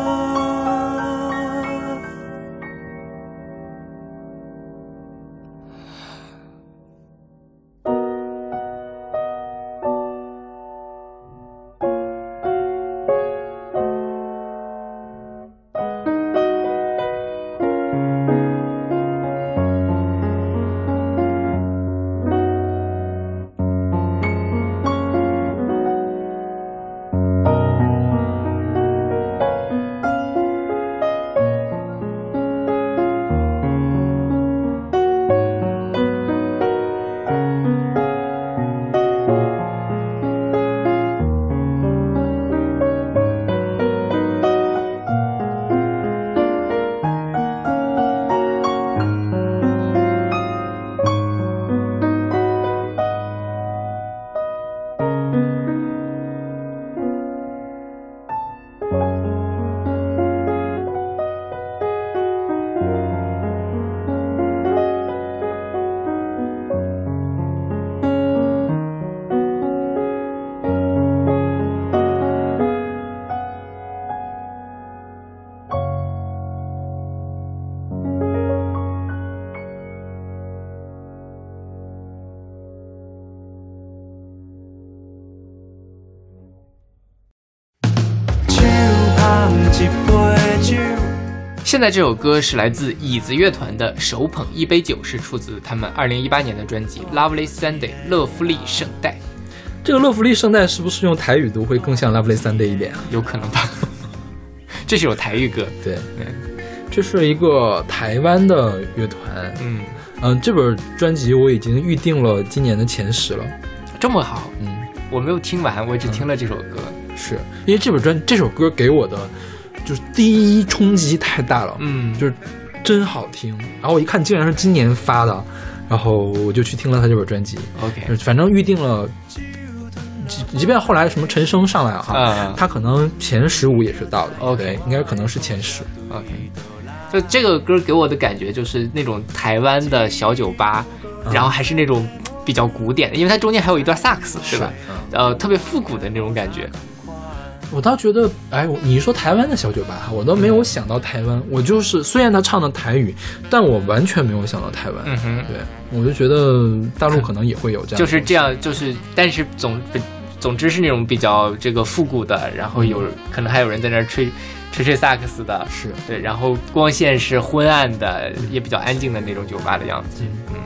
现在这首歌是来自椅子乐团的《手捧一杯酒》，是出自他们2018年的专辑《Lovely Sunday》乐芙丽圣代。 这个乐芙丽圣代是不是用台语读会更像 Lovely Sunday 一点啊？ 有可能吧。这是首台语歌。 对，这是一个台湾的乐团。这本专辑我已经预定了今年的前10了。 这么好。我没有听完，我只听了这首歌。 是因为这首歌给我的就是第一冲击太大了。就是真好听。然后我一看竟然是今年发的，然后我就去听了他这本专辑。 OK， 反正预定了。即便后来什么陈升上来了哈，他可能前15也是到的。 OK， 应该可能是前10。 OK， 就这个歌给我的感觉就是那种台湾的小酒吧，然后还是那种比较古典的，因为它中间还有一段萨克斯，对吧？特别复古的那种感觉。 我倒觉得，你说台湾的小酒吧，我都没有想到台湾。我就是虽然他唱的台语，但我完全没有想到台湾。对，我就觉得大陆可能也会有这样， 就是这样，但是总之是那种比较这个复古的，然后可能还有人在那儿吹萨克斯的， 是对，然后光线是昏暗的，也比较安静的那种酒吧的样子。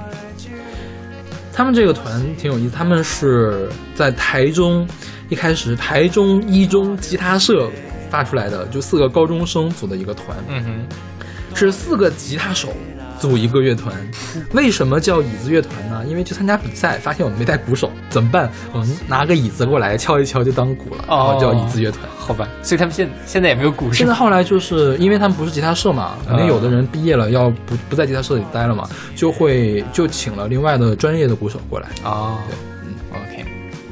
他们这个团挺有意思，他们是在台中，一开始台中一中吉他社发出来的，就4个高中生组的一个团。是4个吉他手组一个乐团。为什么叫椅子乐团呢？因为去参加比赛发现我们没带鼓手，怎么办？我们拿个椅子过来敲一敲就当鼓了，然后叫椅子乐团。 好吧，所以他们现在也没有鼓手。 现在后来就是因为他们不是吉他社嘛，可能有的人毕业了要不在吉他社里待了嘛，就请了另外的专业的鼓手过来。对 ，OK。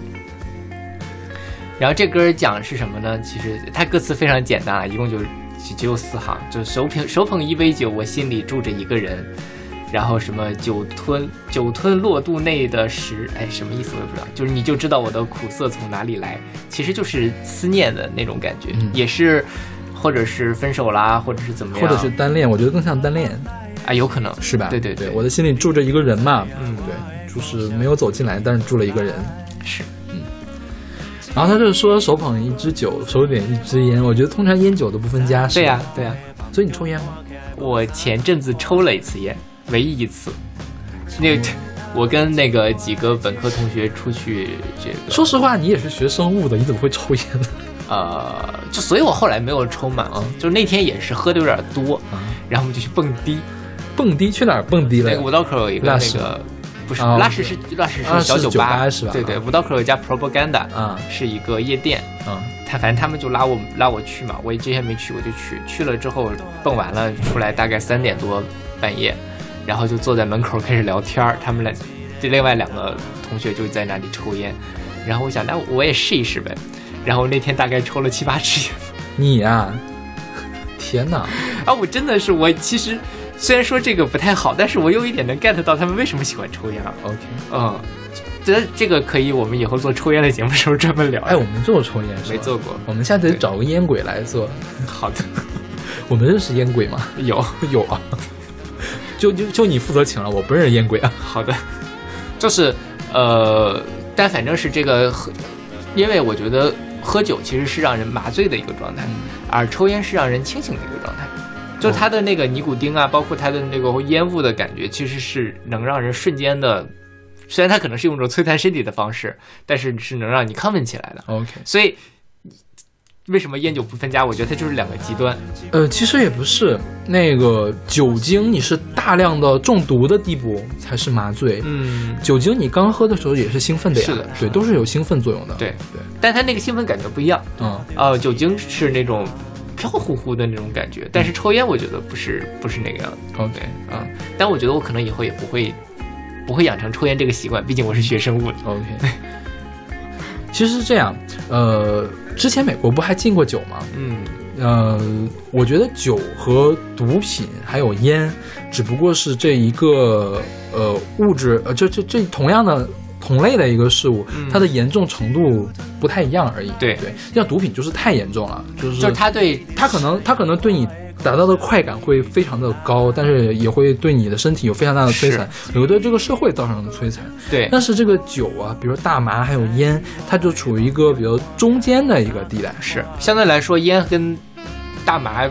然后这歌讲是什么呢？其实它歌词非常简单啊，一共只有4行，就手捧一杯酒，我心里住着一个人，然后什么酒吞落肚内的什么意思我也不知道，就是你就知道我的苦涩从哪里来，其实就是思念的那种感觉，也是或者是分手啦，或者是怎么样， 或者是单恋，我觉得更像单恋啊，有可能是吧？ 对对对， 我的心里住着一个人嘛，对，就是没有走进来，但是住了一个人， 是。 然后他就说手捧一支酒，手点一支烟。我觉得通常烟酒都不分家。 对呀。 所以你抽烟吗？ 我前阵子抽了一次烟，唯一一次。我跟那个几个本科同学出去这个。 说实话，你也是学生物的，你怎么会抽烟呢？所以我后来没有抽嘛。就是那天也是喝的有点多，然后我们就去蹦迪。蹦迪去哪儿蹦迪了？那个五道口有一个那个。不是，拉什是小酒吧， 是吧？ 对对，五道口有一家 Propaganda，是一个夜店，反正他们就拉我去嘛，我之前没去过就去了之后蹦完了出来大概3点多半夜，然后就坐在门口开始聊天，他们另外2个同学就在那里抽烟，然后我想那我也试一试呗，然后那天大概抽了7、8支烟。 你呀，天哪！ 我真的是我其实。虽然说这个不太好，但是我有一点能 get 到他们为什么喜欢抽烟。 OK， 这个可以，我们以后做抽烟的节目的时候专门聊。 我们做过抽烟是吧？ 没做过， 我们下次得找个烟鬼来做。 好的， 我们认识烟鬼吗？ 有啊，就你负责请了，我不认识烟鬼啊。 好的，就是但反正是这个，因为我觉得喝酒其实是让人麻醉的一个状态，而抽烟是让人清醒的一个状态。就它的那个尼古丁啊，包括它的那个烟雾的感觉，其实是能让人瞬间的，虽然它可能是用一种摧残身体的方式，但是是能让你亢奋起来的。 OK， 所以为什么烟酒不分家？我觉得它就是2个极端。 其实也不是，那个酒精你是大量的中毒的地步才是麻醉。酒精你刚喝的时候也是兴奋的呀。 是的， 对，都是有兴奋作用的。 对，但它那个兴奋感觉不一样。酒精是那种。飘乎乎的那种感觉，但是抽烟我觉得不是那个样子。 OK， 但我觉得我可能以后也不会养成抽烟这个习惯，毕竟我是学生物的。 OK， 其实是这样，之前美国不还禁过酒吗？我觉得酒和毒品还有烟，只不过是这一个物质，这同样的。同类的一个事物，它的严重程度不太一样而已。对，像毒品就是太严重了，就是它可能对你达到的快感会非常的高，但是也会对你的身体有非常大的摧残，也会对这个社会造成的摧残。 对， 但是这个酒啊，比如大麻还有烟，它就处于一个比较中间的一个地带。 是，相对来说，烟跟大麻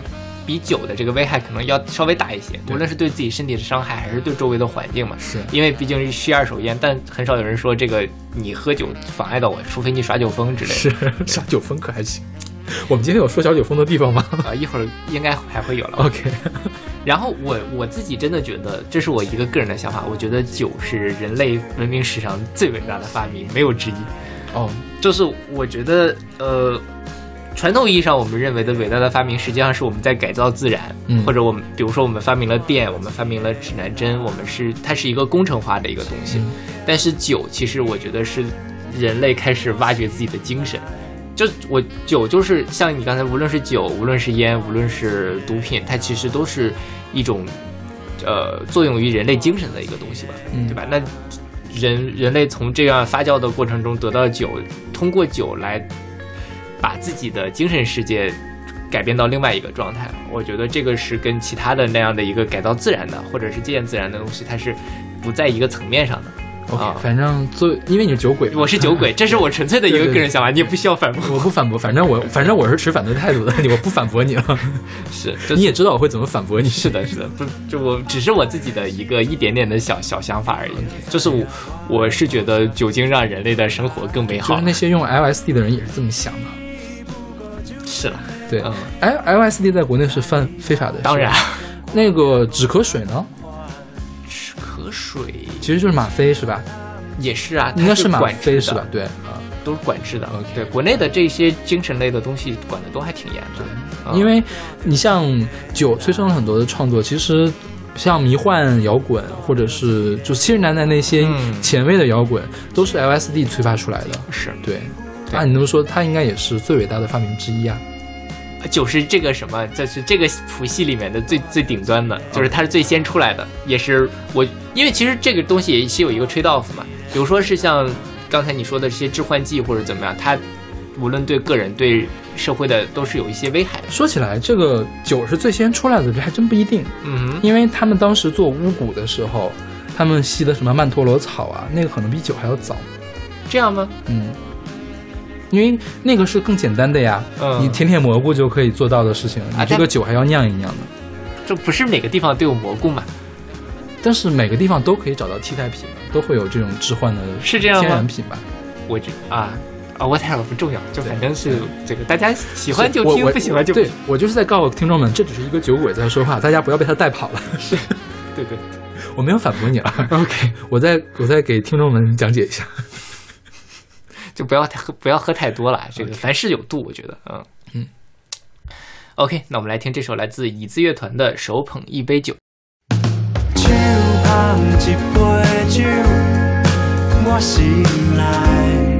比酒的这个危害可能要稍微大一些，无论是对自己身体的伤害，还是对周围的环境嘛。 是因为毕竟是吸二手烟，但很少有人说这个你喝酒妨碍到我，除非你耍酒疯之类的。 是耍酒疯可还行。我们今天有说小酒疯的地方吗？ 一会儿应该还会有了。 OK。 然后我自己真的觉得，这是我一个个人的想法，我觉得酒是人类文明史上最伟大的发明，没有之一。 哦， 就是我觉得传统意义上我们认为的伟大的发明，实际上是我们在改造自然，或者我们比如说我们发明了电，我们发明了指南针，它是一个工程化的一个东西。但是酒其实我觉得是人类开始挖掘自己的精神。酒就是像你刚才，无论是酒，无论是烟，无论是毒品，它其实都是一种作用于人类精神的一个东西吧，对吧？那人类从这样发酵的过程中得到酒，通过酒来把自己的精神世界改变到另外一个状态。我觉得这个是跟其他的那样的一个改造自然的或者是借鉴自然的东西，它是不在一个层面上的。 OK，反正因为你是酒鬼， 我是酒鬼，这是我纯粹的一个个人想法，你也不需要反驳。 我不反驳，反正我是持反对态度的，我不反驳你了。 是， 你也知道我会怎么反驳你。 是的，不，就我只是我自己的一点点的小想法而已。就是我是觉得酒精让人类的生活更美好。 就是那些用 LSD 的人也是这么想的。 是了， 对，LSD 在国内是非法的。 当然， 那个止咳水呢？ 水其实就是吗啡是吧？ 也是啊， 应该是吗啡是吧？对都是管制的。对，国内的这些精神类的东西管的都还挺严的。 因为你像酒催生了很多的创作，其实像迷幻摇滚或者是就70年代那些前卫的摇滚，都是 LSD 催发出来的。 是对，按你那么说，它应该也是最伟大的发明之一啊。 就是这个什么，就是这个谱系里面的最顶端的，就是它是最先出来的，也是因为其实这个东西也是有一个 trade off 嘛，比如说是像刚才你说的这些致幻剂或者怎么样，它无论对个人对社会的都是有一些危害的。 说起来，这个酒是最先出来的，这还真不一定。因为他们当时做巫蛊的时候，他们吸的什么曼陀罗草啊，那个可能比酒还要早。 这样吗？ 因为那个是更简单的呀，你舔舔蘑菇就可以做到的事情，你这个酒还要酿一酿的。 这不是每个地方都有蘑菇嘛？ 但是每个地方都可以找到替代品，都会有这种置换的天然品吧？ 我觉得whatever 不重要，就反正是这个大家喜欢就听，不喜欢就对。我就是在告诉听众们，这只是一个酒鬼在说话，大家不要被他带跑了。 是，对， 我没有反驳你了。OK， 我再给听众们讲解一下。 就不要喝太多了，这个凡事有度，我觉得。OK， 那我们来听这首来自椅子乐团的《手捧一杯酒》。 手捧一杯酒，我心内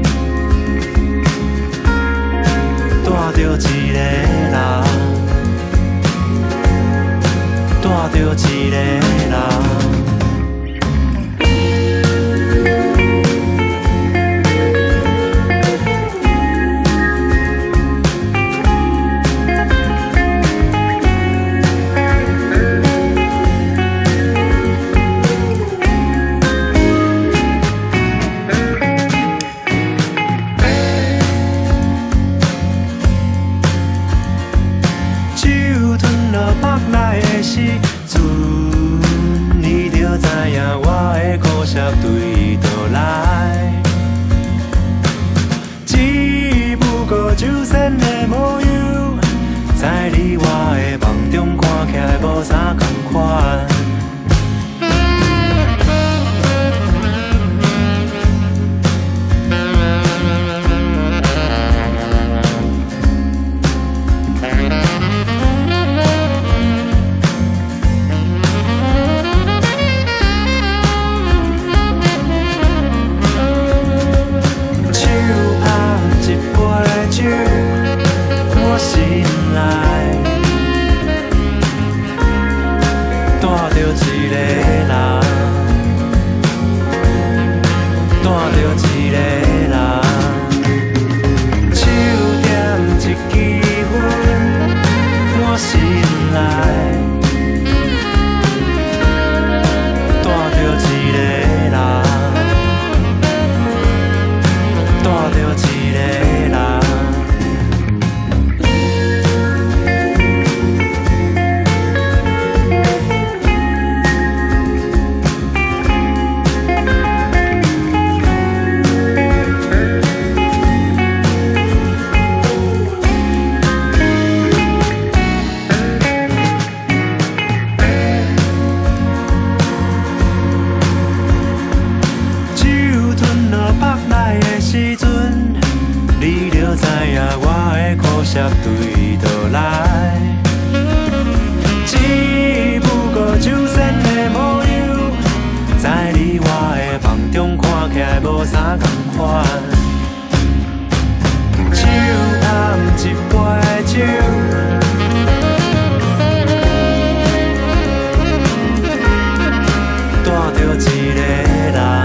带着一个人，带着一个人。时阵，你就知影我的苦涩对倒来，只不过酒仙的模样，在你我的梦中看起来无啥同款。我心内带接对倒来，只不过就算的模样，在你我的梦中看起来无啥同款。手捧一杯酒，带着一个人，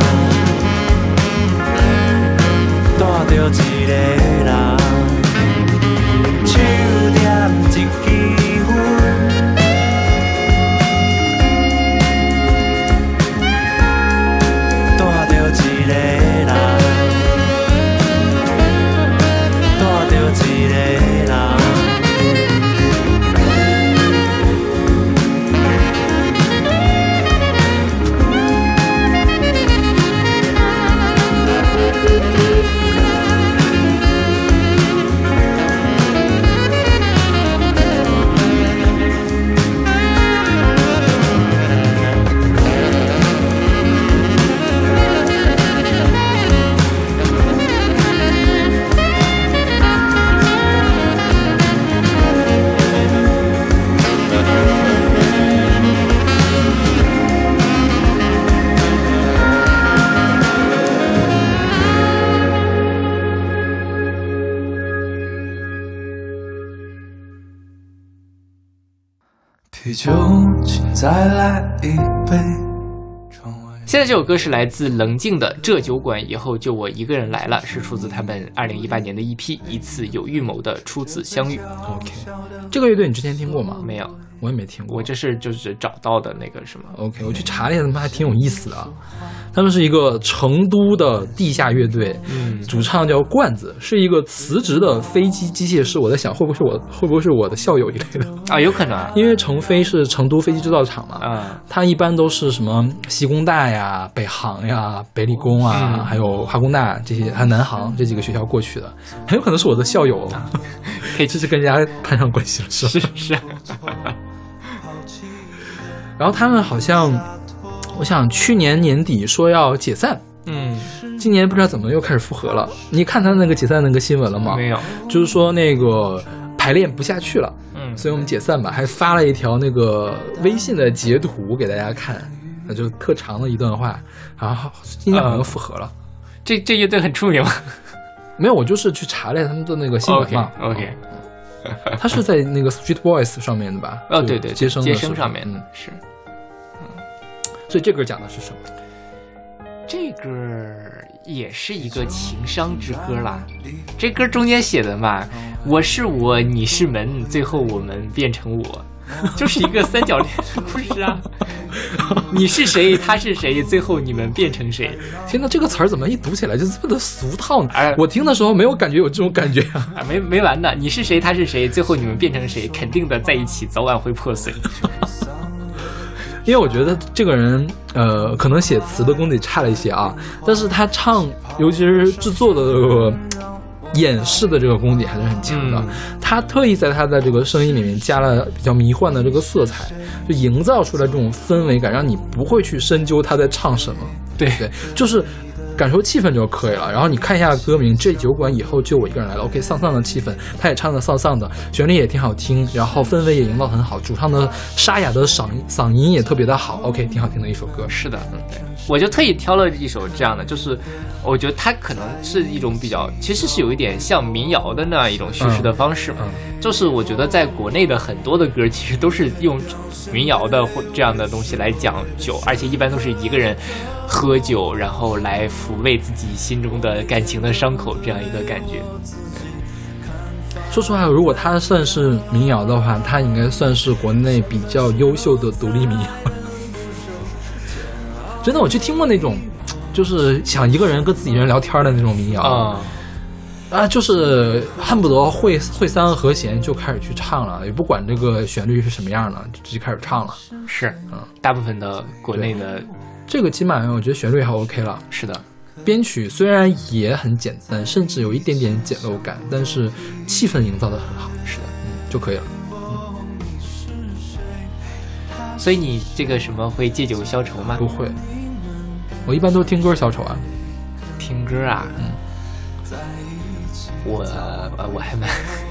带着一个人，手点一支烟，带着一个人，带着一个人。啤酒，请再来一杯。 现在这首歌是来自冷静的《这酒馆以后就我一个人来了》，是出自他们2018年的 EP《一次有预谋的初次相遇》。 OK， 这个乐队你之前听过吗？ 没有， 我也没听过。 我这是就是找到的那个什么。 OK， 我去查了一下，他们还挺有意思的啊。他们是一个成都的地下乐队，主唱叫罐子，是一个辞职的飞机机械师。我在想，会不会是我的校友一类的啊？有可能啊， 因为成飞是成都飞机制造厂嘛，它一般都是什么西工大呀、北航呀、北理工啊，还有哈工大这些，还有南航这几个学校过去的，很有可能是我的校友，可以这是跟人家攀上关系了，是吧？ 是。 然后他们好像，我想去年年底说要解散，今年不知道怎么又开始复合了。你看他那个解散那个新闻了吗？ 没有， 就是说那个排练不下去了，所以我们解散吧，还发了一条那个微信的截图给大家看，那就特长的一段话，然后今年好像又复合了。 这乐队很出名吗？ 没有，我就是去查了他们的那个新闻嘛。 OK， 他是在那个 Street Voice 上面的吧？ 哦，对对， 接生上面是。 所以这歌讲的是什么？ 这歌也是一个情伤之歌啦。这歌中间写的嘛，我是我，你是门，最后我们变成我，就是一个三角恋的故事啊。你是谁，他是谁，最后你们变成谁？ 天哪，这个词儿怎么一读起来就这么的俗套呢？我听的时候没有感觉有这种感觉啊。 没完呢。你是谁，他是谁，最后你们变成谁？肯定的在一起，早晚会破碎。 因为我觉得这个人，可能写词的功底差了一些啊，但是他唱，尤其是制作的这个演示的这个功底还是很强的。他特意在他的这个声音里面加了比较迷幻的这个色彩，就营造出来这种氛围感，让你不会去深究他在唱什么。对，就是感受气氛就可以了。然后你看一下歌名，这酒馆以后就我一个人来了。OK， 丧丧的气氛，他也唱的丧丧的，旋律也挺好听，然后氛围也营造很好，主唱的沙哑的嗓音也特别的好。OK， 挺好听的一首歌。 是的，对，我就特意挑了一首这样的，就是我觉得它可能是一种比较，其实是有一点像民谣的那样一种叙事的方式。就是我觉得在国内的很多的歌其实都是用民谣的或这样的东西来讲酒，而且一般都是一个人喝酒，然后来抚慰自己心中的感情的伤口，这样一个感觉。 说实话，如果他算是民谣的话，他应该算是国内比较优秀的独立民谣。真的，我去听过那种，就是想一个人跟自己人聊天的那种民谣就是恨不得会三个和弦就开始去唱了，也不管这个旋律是什么样的，就直接开始唱了。 是，大部分的国内的这个起码我觉得旋律还 OK 了。 是的， 编曲虽然也很简单，甚至有一点点简陋感，但是气氛营造得很好。 是的， 就可以了。 所以你这个什么会借酒消愁吗？ 不会，我一般都听歌消愁啊。 听歌啊？我还蛮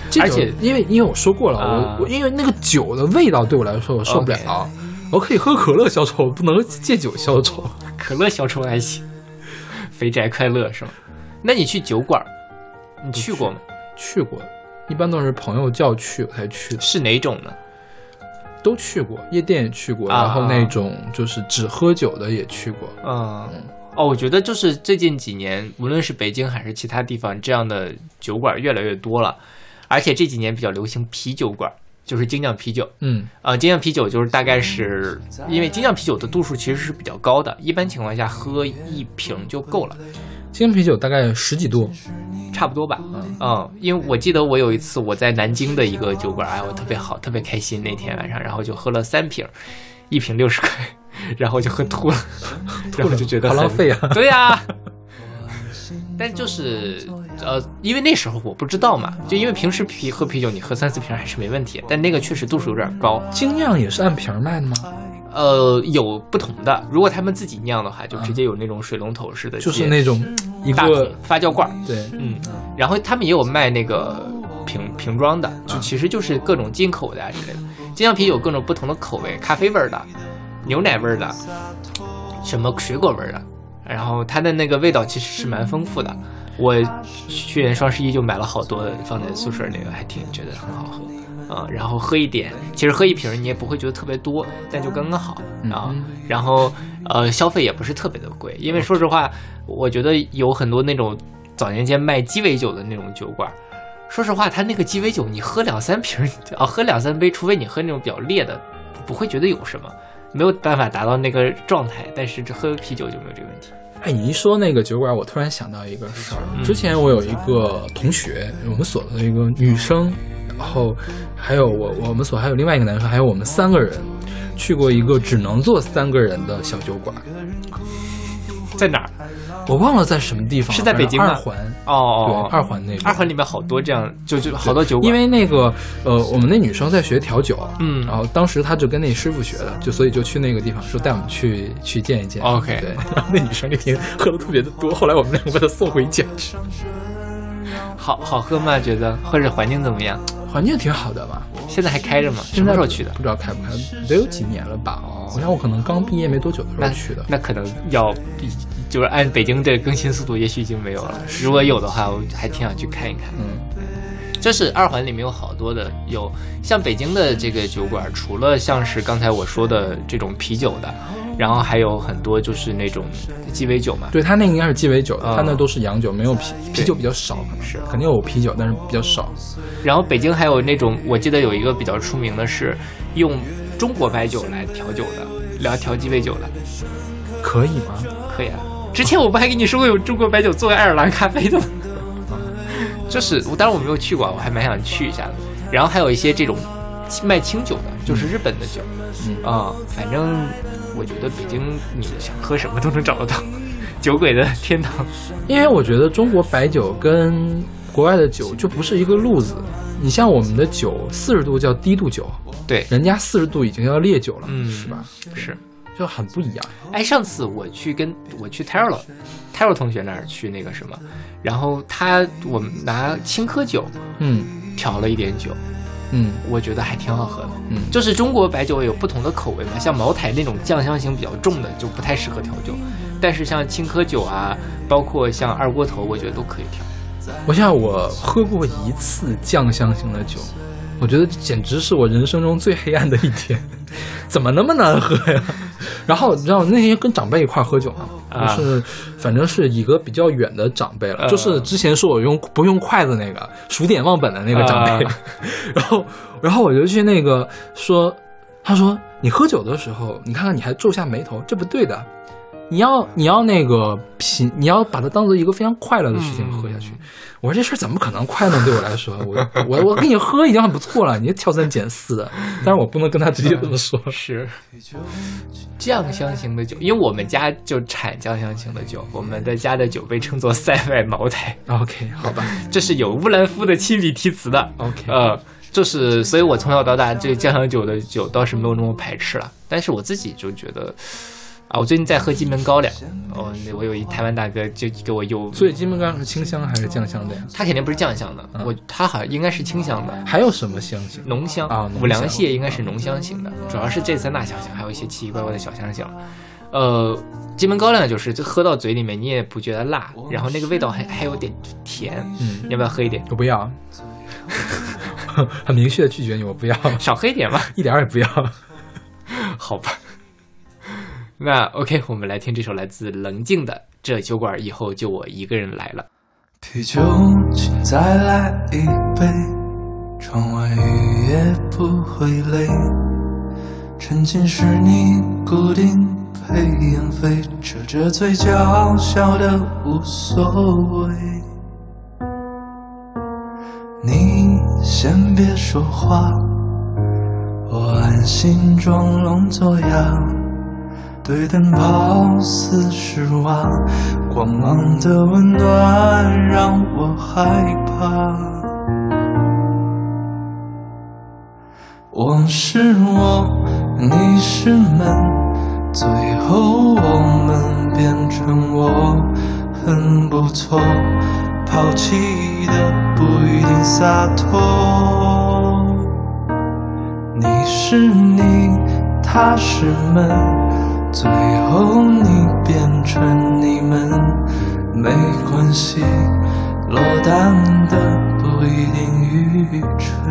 而且因为我说过了，我因为那个酒的味道对我来说我受不了。Okay. 我可以喝可乐消愁，不能借酒消愁。 可乐消愁还行，肥宅快乐是吗？那你去酒馆，你去过吗？ 去过，一般都是朋友叫去我才去的。 是哪种呢？ 都去过，夜店也去过，然后那种就是只喝酒的也去过。 我觉得就是最近几年，无论是北京还是其他地方，这样的酒馆越来越多了，而且这几年比较流行啤酒馆。就是精酿啤酒，精酿啤酒就是大概是因为精酿啤酒的度数其实是比较高的，一般情况下喝一瓶就够了。 精酿啤酒大概10几度， 差不多吧。因为我记得我有一次我在南京的一个酒馆，我特别好，特别开心那天晚上，然后就喝了3瓶，1瓶60块，然后就喝吐了，然后就觉得好浪费啊。 对呀。但就是因为那时候我不知道嘛，就因为平时喝啤酒你喝3-4瓶还是没问题，但那个确实度数有点高。 精酿也是按瓶卖的吗？ 有不同的，如果他们自己酿的话，就直接有那种水龙头式的， 就是那种一个发酵罐。 对， 然后他们也有卖那个瓶装的，就其实就是各种进口的之类的。精酿啤酒有各种不同的口味，咖啡味的、牛奶味的、什么水果味的。然后它的那个味道其实是蛮丰富的，我去年双11就买了好多放在宿舍里，还觉得很好喝然后喝一点，其实喝一瓶你也不会觉得特别多，但就刚刚好然后消费也不是特别的贵，因为说实话，我觉得有很多那种早年间卖鸡尾酒的那种酒馆，说实话，它那个鸡尾酒你喝2-3瓶喝2-3杯，除非你喝那种比较烈的，不会觉得有什么。没有办法达到那个状态，但是喝啤酒就没有这个问题。 你一说那个酒馆，我突然想到一个事儿。之前我有一个同学，我们所的一个女生，然后还有我们所还有另外一个男生，还有我们3个人去过一个只能坐3个人的小酒馆。 在哪儿？ 我忘了在什么地方， 是在北京吗？ 二环对，2环那边。 2环里面好多这样，就好多酒馆。 因为那个我们那女生在学调酒，然后当时她就跟那师傅学的，所以就去那个地方，说带我们去见一见。 OK， 对。然后那女生那天喝的特别的多，后来我们2个把她送回家去。 好喝吗？觉得或者环境怎么样？ 环境挺好的吧？ 现在还开着吗？什么时候去的？ 不知道开不开，得有几年了吧？我想我可能刚毕业没多久的时候去的。 那可能要就是按北京的更新速度，也许已经没有了。如果有的话，我还挺想去看一看。就是2环里面有好多的，有像北京的这个酒馆，除了像是刚才我说的这种啤酒的，然后还有很多就是那种鸡尾酒嘛。 对，他那个应该是鸡尾酒的，他那都是洋酒，没有啤酒比较少， 是肯定有啤酒，但是比较少。 然后北京还有那种，我记得有一个比较出名的是用中国白酒来调酒的，调鸡尾酒的， 可以吗？ 可以啊。之前我不还跟你说过有中国白酒做爱尔兰咖啡的吗？就是当然我没有去过，我还蛮想去一下的。然后还有一些这种卖清酒的，就是日本的酒，反正我觉得北京你想喝什么都能找得到，酒鬼的天堂。 因为我觉得中国白酒跟国外的酒就不是一个路子。你像我们的酒40度叫低度酒， 对， 人家40度已经要烈酒了，是吧？ 是。 就很不一样。 上次我去 Taro 同学那儿去那个什么，然后我们拿青稞酒，调了一点酒，我觉得还挺好喝的。就是中国白酒有不同的口味嘛，像茅台那种酱香型比较重的就不太适合调酒，但是像青稞酒啊，包括像二锅头，我觉得都可以调。 我想我喝过1次酱香型的酒，我觉得简直是我人生中最黑暗的一天，怎么那么难喝呀？然后你知道那天跟长辈一块喝酒嘛，就是反正是一个比较远的长辈了，就是之前说我不用筷子那个数典忘本的那个长辈，然后我就去那个说，他说你喝酒的时候，你看看你还皱下眉头，这不对的。你要那个你要把它当做一个非常快乐的事情喝下去。我说这事怎么可能快乐？对我来说，我跟你喝已经很不错了，你挑3拣4的，但是我不能跟他直接这么说。 是酱香型的酒，因为我们家就产酱香型的酒，我们的家的酒被称作塞外茅台。 OK， 好吧， 这是有乌兰夫的亲笔题词的。 OK， 就是所以我从小到大这酱香酒的酒倒是没有那么排斥了，但是我自己就觉得啊，我最近在喝金门高粱。哦，我有一台湾大哥就给我又， 所以金门高粱是清香还是酱香的呀？ 它肯定不是酱香的，它好像应该是清香的。 还有什么香型？ 浓香啊， 五粮蟹应该是浓香型的，主要是这三大香型，还有一些奇奇怪怪的小香型。金门高粱就是喝到嘴里面你也不觉得辣，然后那个味道还有点甜。你要不要喝一点？ 我不要。很明确的拒绝你，我不要。 少喝一点吧。 一点也不要。 好吧。那 OK， 我们来听这首来自棱镜的《这酒馆以后就我一个人来了》。 啤酒，请再来一杯，窗外雨也不会累，沉浸是你固定配养飞，遮着嘴角笑得无所谓。你先别说话，我安心装聋作哑，对灯泡似失望，光芒的温暖让我害怕。我是我，你是门，最后我们变成我，很不错，抛弃的不一定洒脱。你是你，他是门，最后你变成你们，没关系，落单的不一定愚蠢。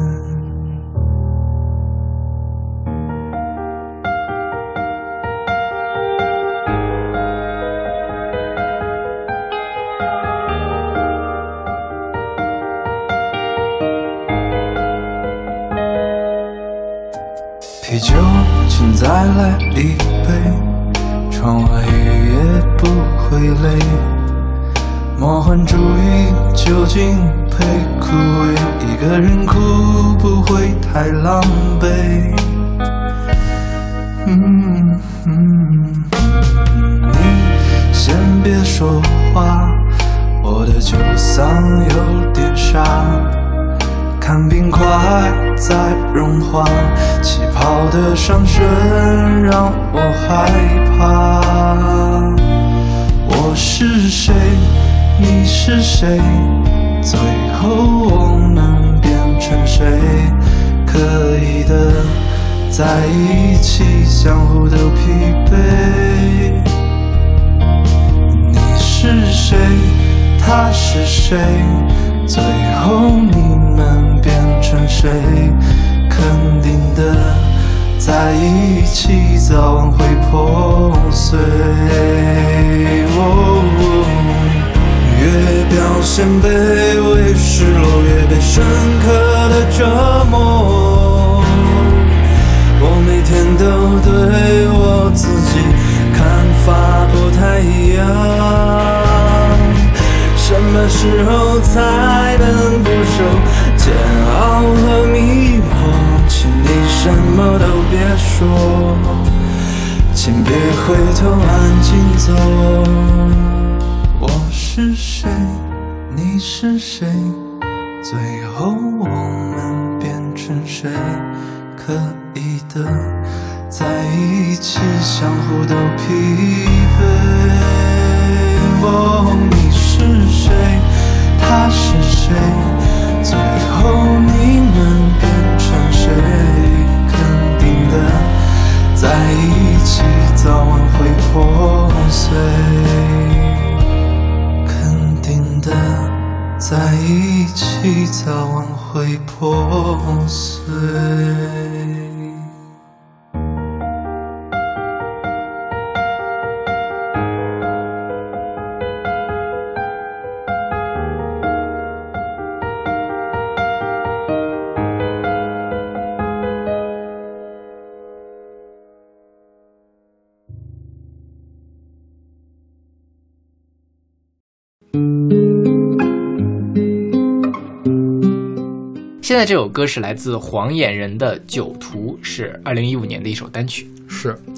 啤酒，请再来一杯，窗外雨也不会累，魔幻主义究竟配枯萎，一个人哭不会太狼狈。你先别说话，我的酒嗓有点傻，看冰块在融化，气泡的上升让我害怕。我是谁，你是谁，最后我们变成谁，可以的在一起，相互都疲惫。你是谁，他是谁，最后你们变成谁，肯定的在一起，早晚会破碎。越表现卑微，失落越被深刻的折磨。我每天都对我自己看法不太一样，什么时候才能不受煎熬和迷惑？请你什么都别说，请别回头安静走。我是谁，你是谁，最后我们变成谁，可以的在一起，相互都疲惫。你是谁，他是谁，最后你们变成谁，肯定的在一起，早晚会破碎，肯定的在一起，早晚会破碎。 现在这首歌是来自黄眼人的《酒徒》，是2015年的一首单曲。 是，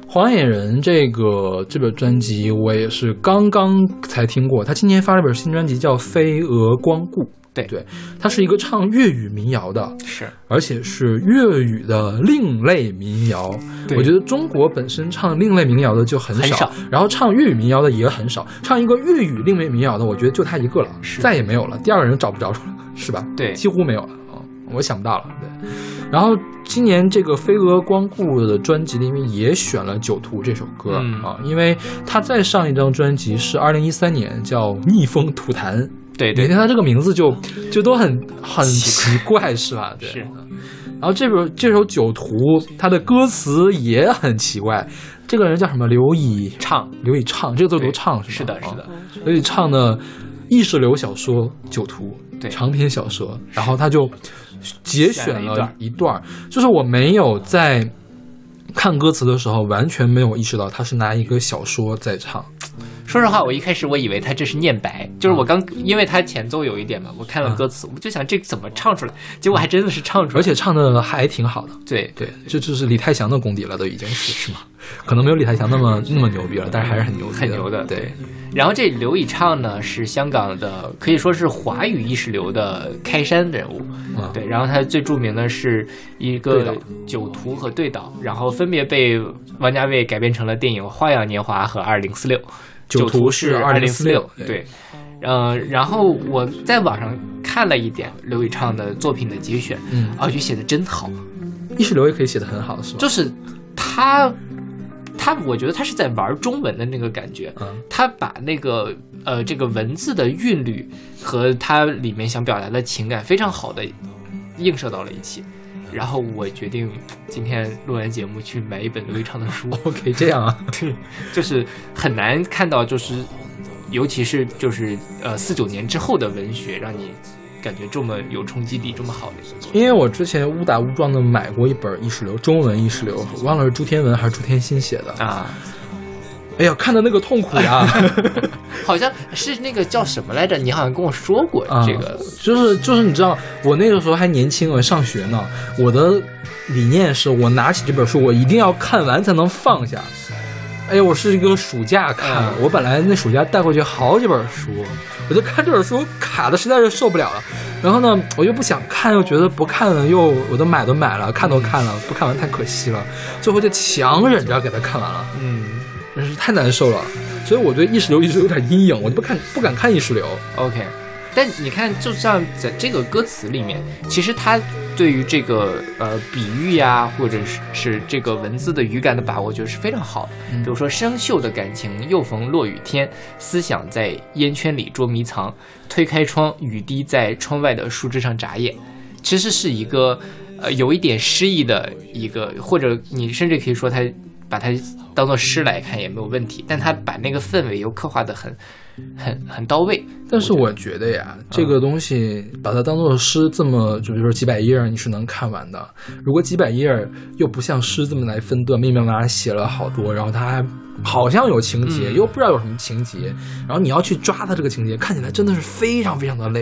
黄眼人这本专辑我也是刚刚才听过，他今年发了本新专辑叫《飞蛾光顾》。对，他是一个唱粤语民谣的， 是， 而且是粤语的另类民谣。我觉得中国本身唱另类民谣的就很少，然后唱粤语民谣的也很少，唱一个粤语另类民谣的，我觉得就他一个了，再也没有了，第二个人找不着了，是吧？ 对， 几乎没有了啊，我想不到了。对，然后今年这个《飞蛾光顾》的专辑里面也选了《酒徒》这首歌啊，因为他在上一张专辑是2013年叫《逆风吐痰》。 对， 你看他这个名字就都很奇怪，是吧？对。 是。 然后这首《酒徒》，他的歌词也很奇怪。这个人叫什么？刘以畅，这个字读畅是吧？ 是的。 刘以畅的意识流小说《酒徒》， 对， 长篇小说。然后他就节选了一段，就是我没有在看歌词的时候完全没有意识到他是拿一个小说在唱。 说实话，我一开始我以为他这是念白，就是我因为他前奏有一点嘛，我看了歌词，我就想这怎么唱出来，结果还真的是唱出来， 而且唱的还挺好的。 对， 这就是李泰祥的功底了，都已经是吗？可能没有李泰祥那么牛逼了，但是还是很牛的。对。 然后这刘以畅呢是香港的，可以说是华语意识流的开山人物。对，然后他最著名的是一个酒徒和对倒，然后分别被王家卫改编成了电影《花样年华》和2046。酒徒是2046，对，然后我在网上看了一点刘以畅的作品的节选，我觉得写的真好， 意识流也可以写的很好，是吧？ 就是他，我觉得他是在玩中文的那个感觉，他把那个这个文字的韵律和他里面想表达的情感非常好的映射到了一起。然后我决定今天录完节目去买一本刘以畅的书。 OK， 这样啊？ 对，就是很难看到，就是尤其是就是49年之后的文学，让你感觉这么有冲击力，这么好的一个作品。 因为我之前误打误撞的买过一本意识流，中文意识流，忘了是朱天文还是朱天心写的啊。哎呀，看的那个痛苦呀！ 好像是那个叫什么来着？你好像跟我说过这个， 就是你知道，我那个时候还年轻，我上学呢。我的理念是我拿起这本书，我一定要看完才能放下。哎呀，我是一个暑假看，我本来那暑假带回去好几本书，我就看这本书卡的实在是受不了了。然后呢，我又不想看，又觉得不看了，我都买了，看都看了，不看完太可惜了，最后就强忍着给它看完了。真是太难受了，所以我对意识流一直有点阴影，我就不敢看意识流。 OK， 但你看，就像在这个歌词里面，其实他对于这个比喻呀，或者是这个文字的语感的把握，我觉得是非常好的。比如说生锈的感情又逢落雨天，思想在烟圈里捉迷藏，推开窗，雨滴在窗外的树枝上眨眼，其实是一个有一点诗意的一个，或者你甚至可以说他把它当作诗来看也没有问题，但他把那个氛围又刻画得很到位。 但是我觉得呀，这个东西把它当作诗这么，就比如说几百页你是能看完的。如果几百页又不像诗这么来分段，密密麻麻写了好多，然后它还好像有情节，又不知道有什么情节，然后你要去抓它这个情节，看起来真的是非常非常的累。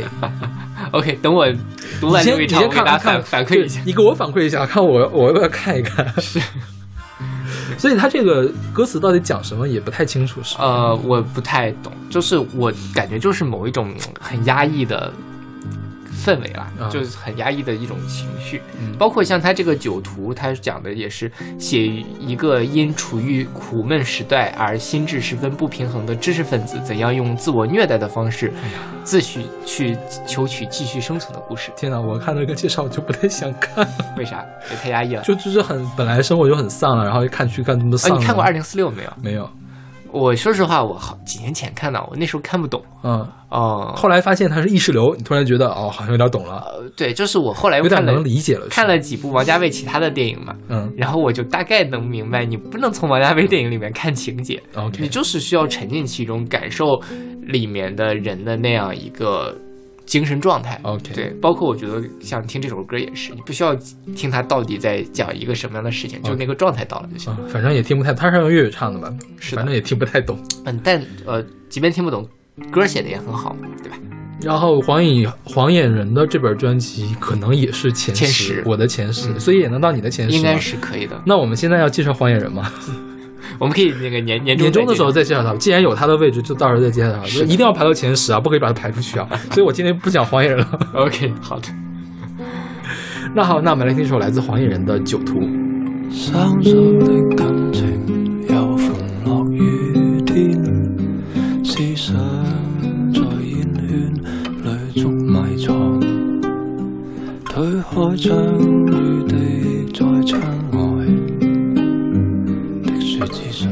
OK， 等我读完这一场，我给大家反馈一下。 你给我反馈一下，看我要不要看一看。 是。 所以他这个歌词到底讲什么也不太清楚，是我不太懂，就是我感觉就是某一种很压抑的氛围啦，就是很压抑的一种情绪。包括像他这个酒徒，他讲的也是写一个因处于苦闷时代而心智十分不平衡的知识分子，怎样用自我虐待的方式自诩去求取继续生存的故事。 天哪，我看那个介绍我就不太想看。 为啥？也太压抑了。 就是本来生活就很丧了，然后一看这么丧。 你看过2046没有？ 没有。 我说实话，我几年前看到，我那时候看不懂。 后来发现它是意识流，你突然觉得好像有点懂了。 对，就是我后来有点能理解了， 看了几部王家卫其他的电影嘛，然后我就大概能明白，你不能从王家卫电影里面看情节，你就是需要沉浸其中，感受里面的人的那样一个精神状态。对，包括我觉得像听这首歌也是，你不需要听他到底在讲一个什么样的事情，就那个状态到了就行。 反正也听不太，他是用粤语唱的吧？ 是的， 反正也听不太懂。 但即便听不懂，歌写的也很好，对吧？ 然后黄眼人的这本专辑可能也是前十，我的前十，所以也能到你的前十， 应该是可以的。 那我们现在要介绍黄眼人吗？ 我们可以那个年终的时候再介绍他。既然有他的位置，就到时候再介绍他，一定要排到前10啊，不可以把他排出去啊。所以我今天不讲黄野人了。 OK， 好的。 那好，那我们来听一首来自黄野人的《酒徒》。 生疏的感情有逢落雨天，思想在煙圈裏捉迷藏，推開窗雨地在窗外的樹枝上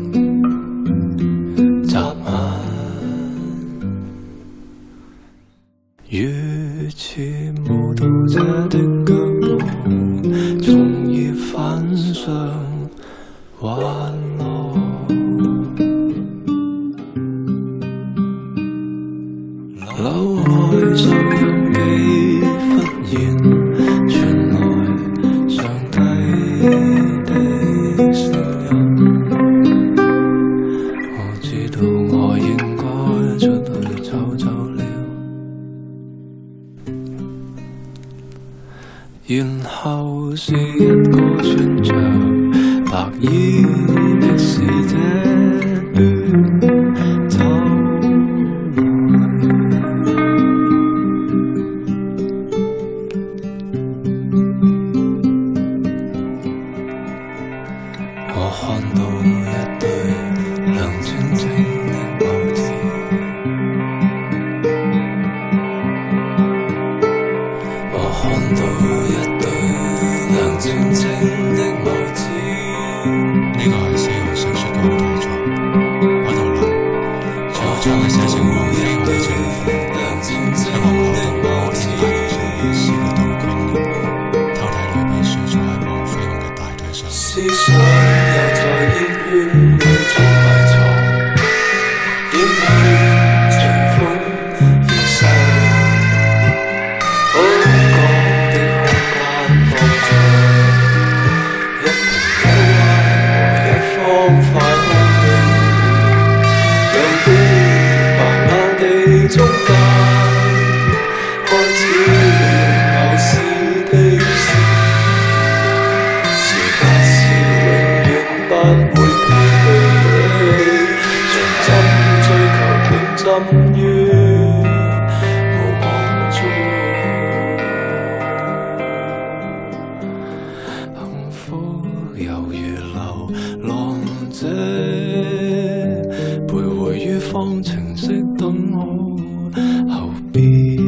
眨眼，如似舞蹈者的腳步從葉帆上滑落，扭開收音機忽然傳來上帝的聲音，我知道我應該出去走走了，然後是一個穿着白衣的使者亂走來，我看到一對亮晶晶的眸子，我看到一對亮晶晶的眸子。 呢個係死亡小說嘅好題材，我度諗最後將佢寫成王菲我嘅情婦，希望後代我聽大腿上面撕個刀捲臉，偷睇淚被輸咗喺王菲我嘅大腿上。 思想又在煙圈裏捉迷藏，煙圈隨風而逝，空覺的空間放着一瓶憂鬱和一方塊空氣，讓邊白眼的中間開始了某時的事，是不是永遠不會疲憊，像針追求斷針於無望中，幸福猶如流浪者，徘徊於方程式等號後邊。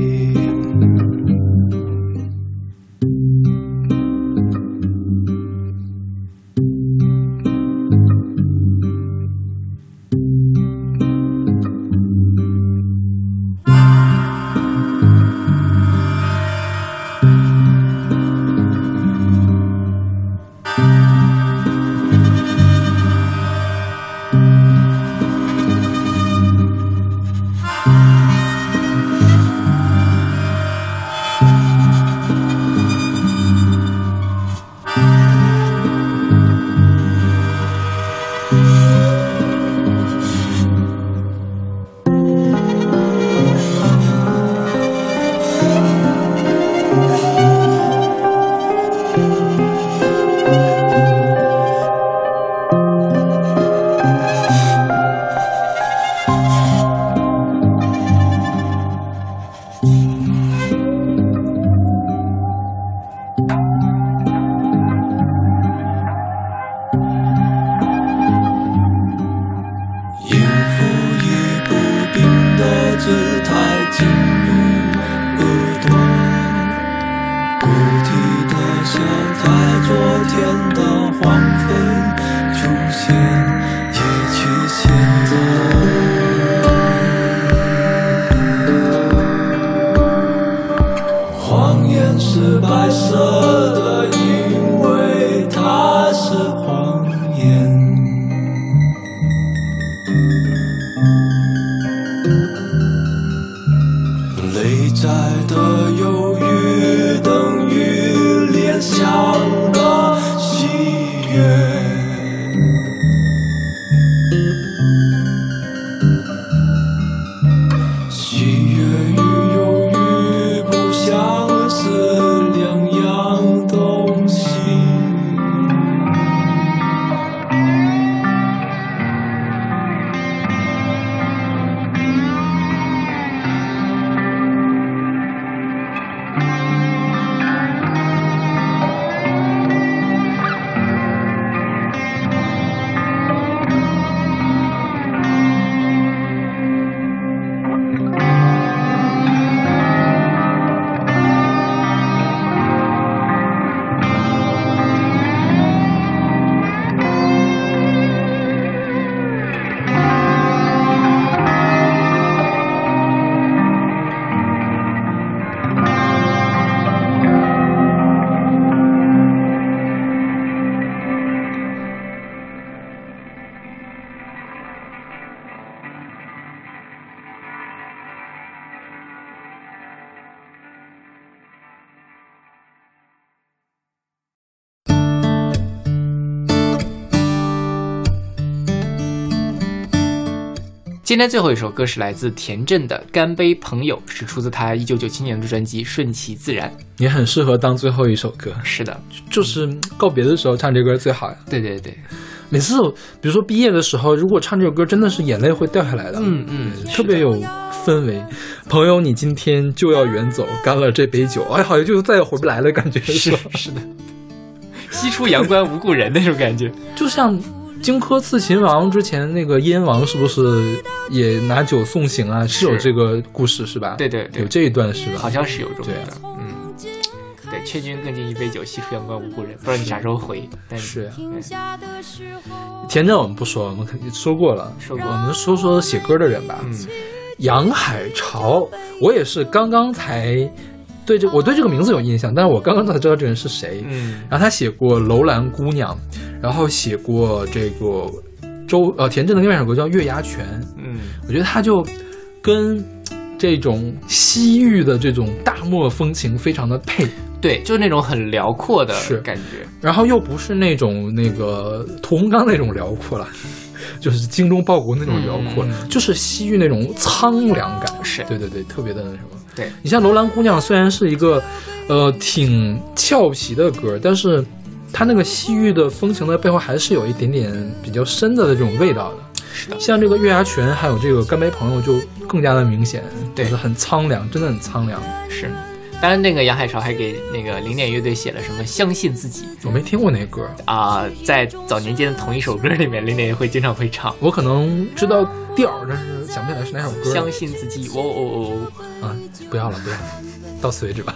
今天最后一首歌是来自田震的《干杯朋友》，是出自他1997年的专辑《顺其自然》。 也很适合当最后一首歌。 是的， 就是告别的时候唱这歌最好呀。 对对对， 每次比如说毕业的时候，如果唱这首歌，真的是眼泪会掉下来的。特别有氛围。朋友，你今天就要远走，干了这杯酒，哎，好像就再也回不来了，感觉是的，西出阳关无故人那种感觉， 就像荆轲刺秦王之前那个燕王是不是也拿酒送行啊？是有这个故事是吧？ 对对对， 有这一段是吧？ 好像是有这么的。对，劝君更尽一杯酒，西出阳关无故人。不知道你啥时候回，但是田震我们不说，我们肯定说过了。我们说说写歌的人吧。杨海潮，我也是刚刚才我对这个名字有印象，但是我刚刚才知道这人是谁。然后他写过《楼兰姑娘》，然后写过这个田震的另外一首歌叫《月牙泉》。我觉得他就跟这种西域的这种大漠风情非常的配。 对，就是那种很辽阔的感觉， 然后又不是那种那个屠洪刚那种辽阔了，就是精忠报国那种辽阔，就是西域那种苍凉感。 是， 对对对，特别的那什么。 对， 你像《楼兰姑娘》虽然是一个挺俏皮的歌，但是它那个西域的风情的背后还是有一点点比较深的这种味道的。 是的， 像这个月牙泉还有这个干杯朋友就更加的明显， 对， 就是很苍凉，真的很苍凉。 是。当然，那个杨海潮还给那个零点乐队写了什么《相信自己》， 我没听过那歌啊。在早年间的同一首歌里面，零点乐会经常会唱。 我可能知道调，但是想不起来是哪首歌。 相信自己， 啊，不要了，到此为止吧。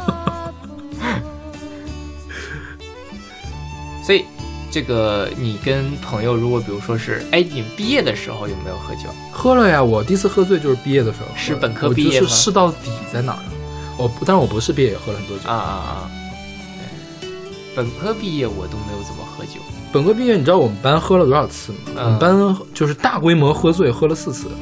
所以，这个你跟朋友，如果比如说是，你们毕业的时候有没有喝酒？ 喝了呀，我第一次喝醉就是毕业的时候。 是本科毕业吗？ 我就是试到底在哪儿呢？但是我博士毕业也喝了很多酒对，本科毕业我都没有怎么喝酒。 本科毕业，你知道我们班喝了多少次吗？我们班就是大规模喝醉，喝了4次。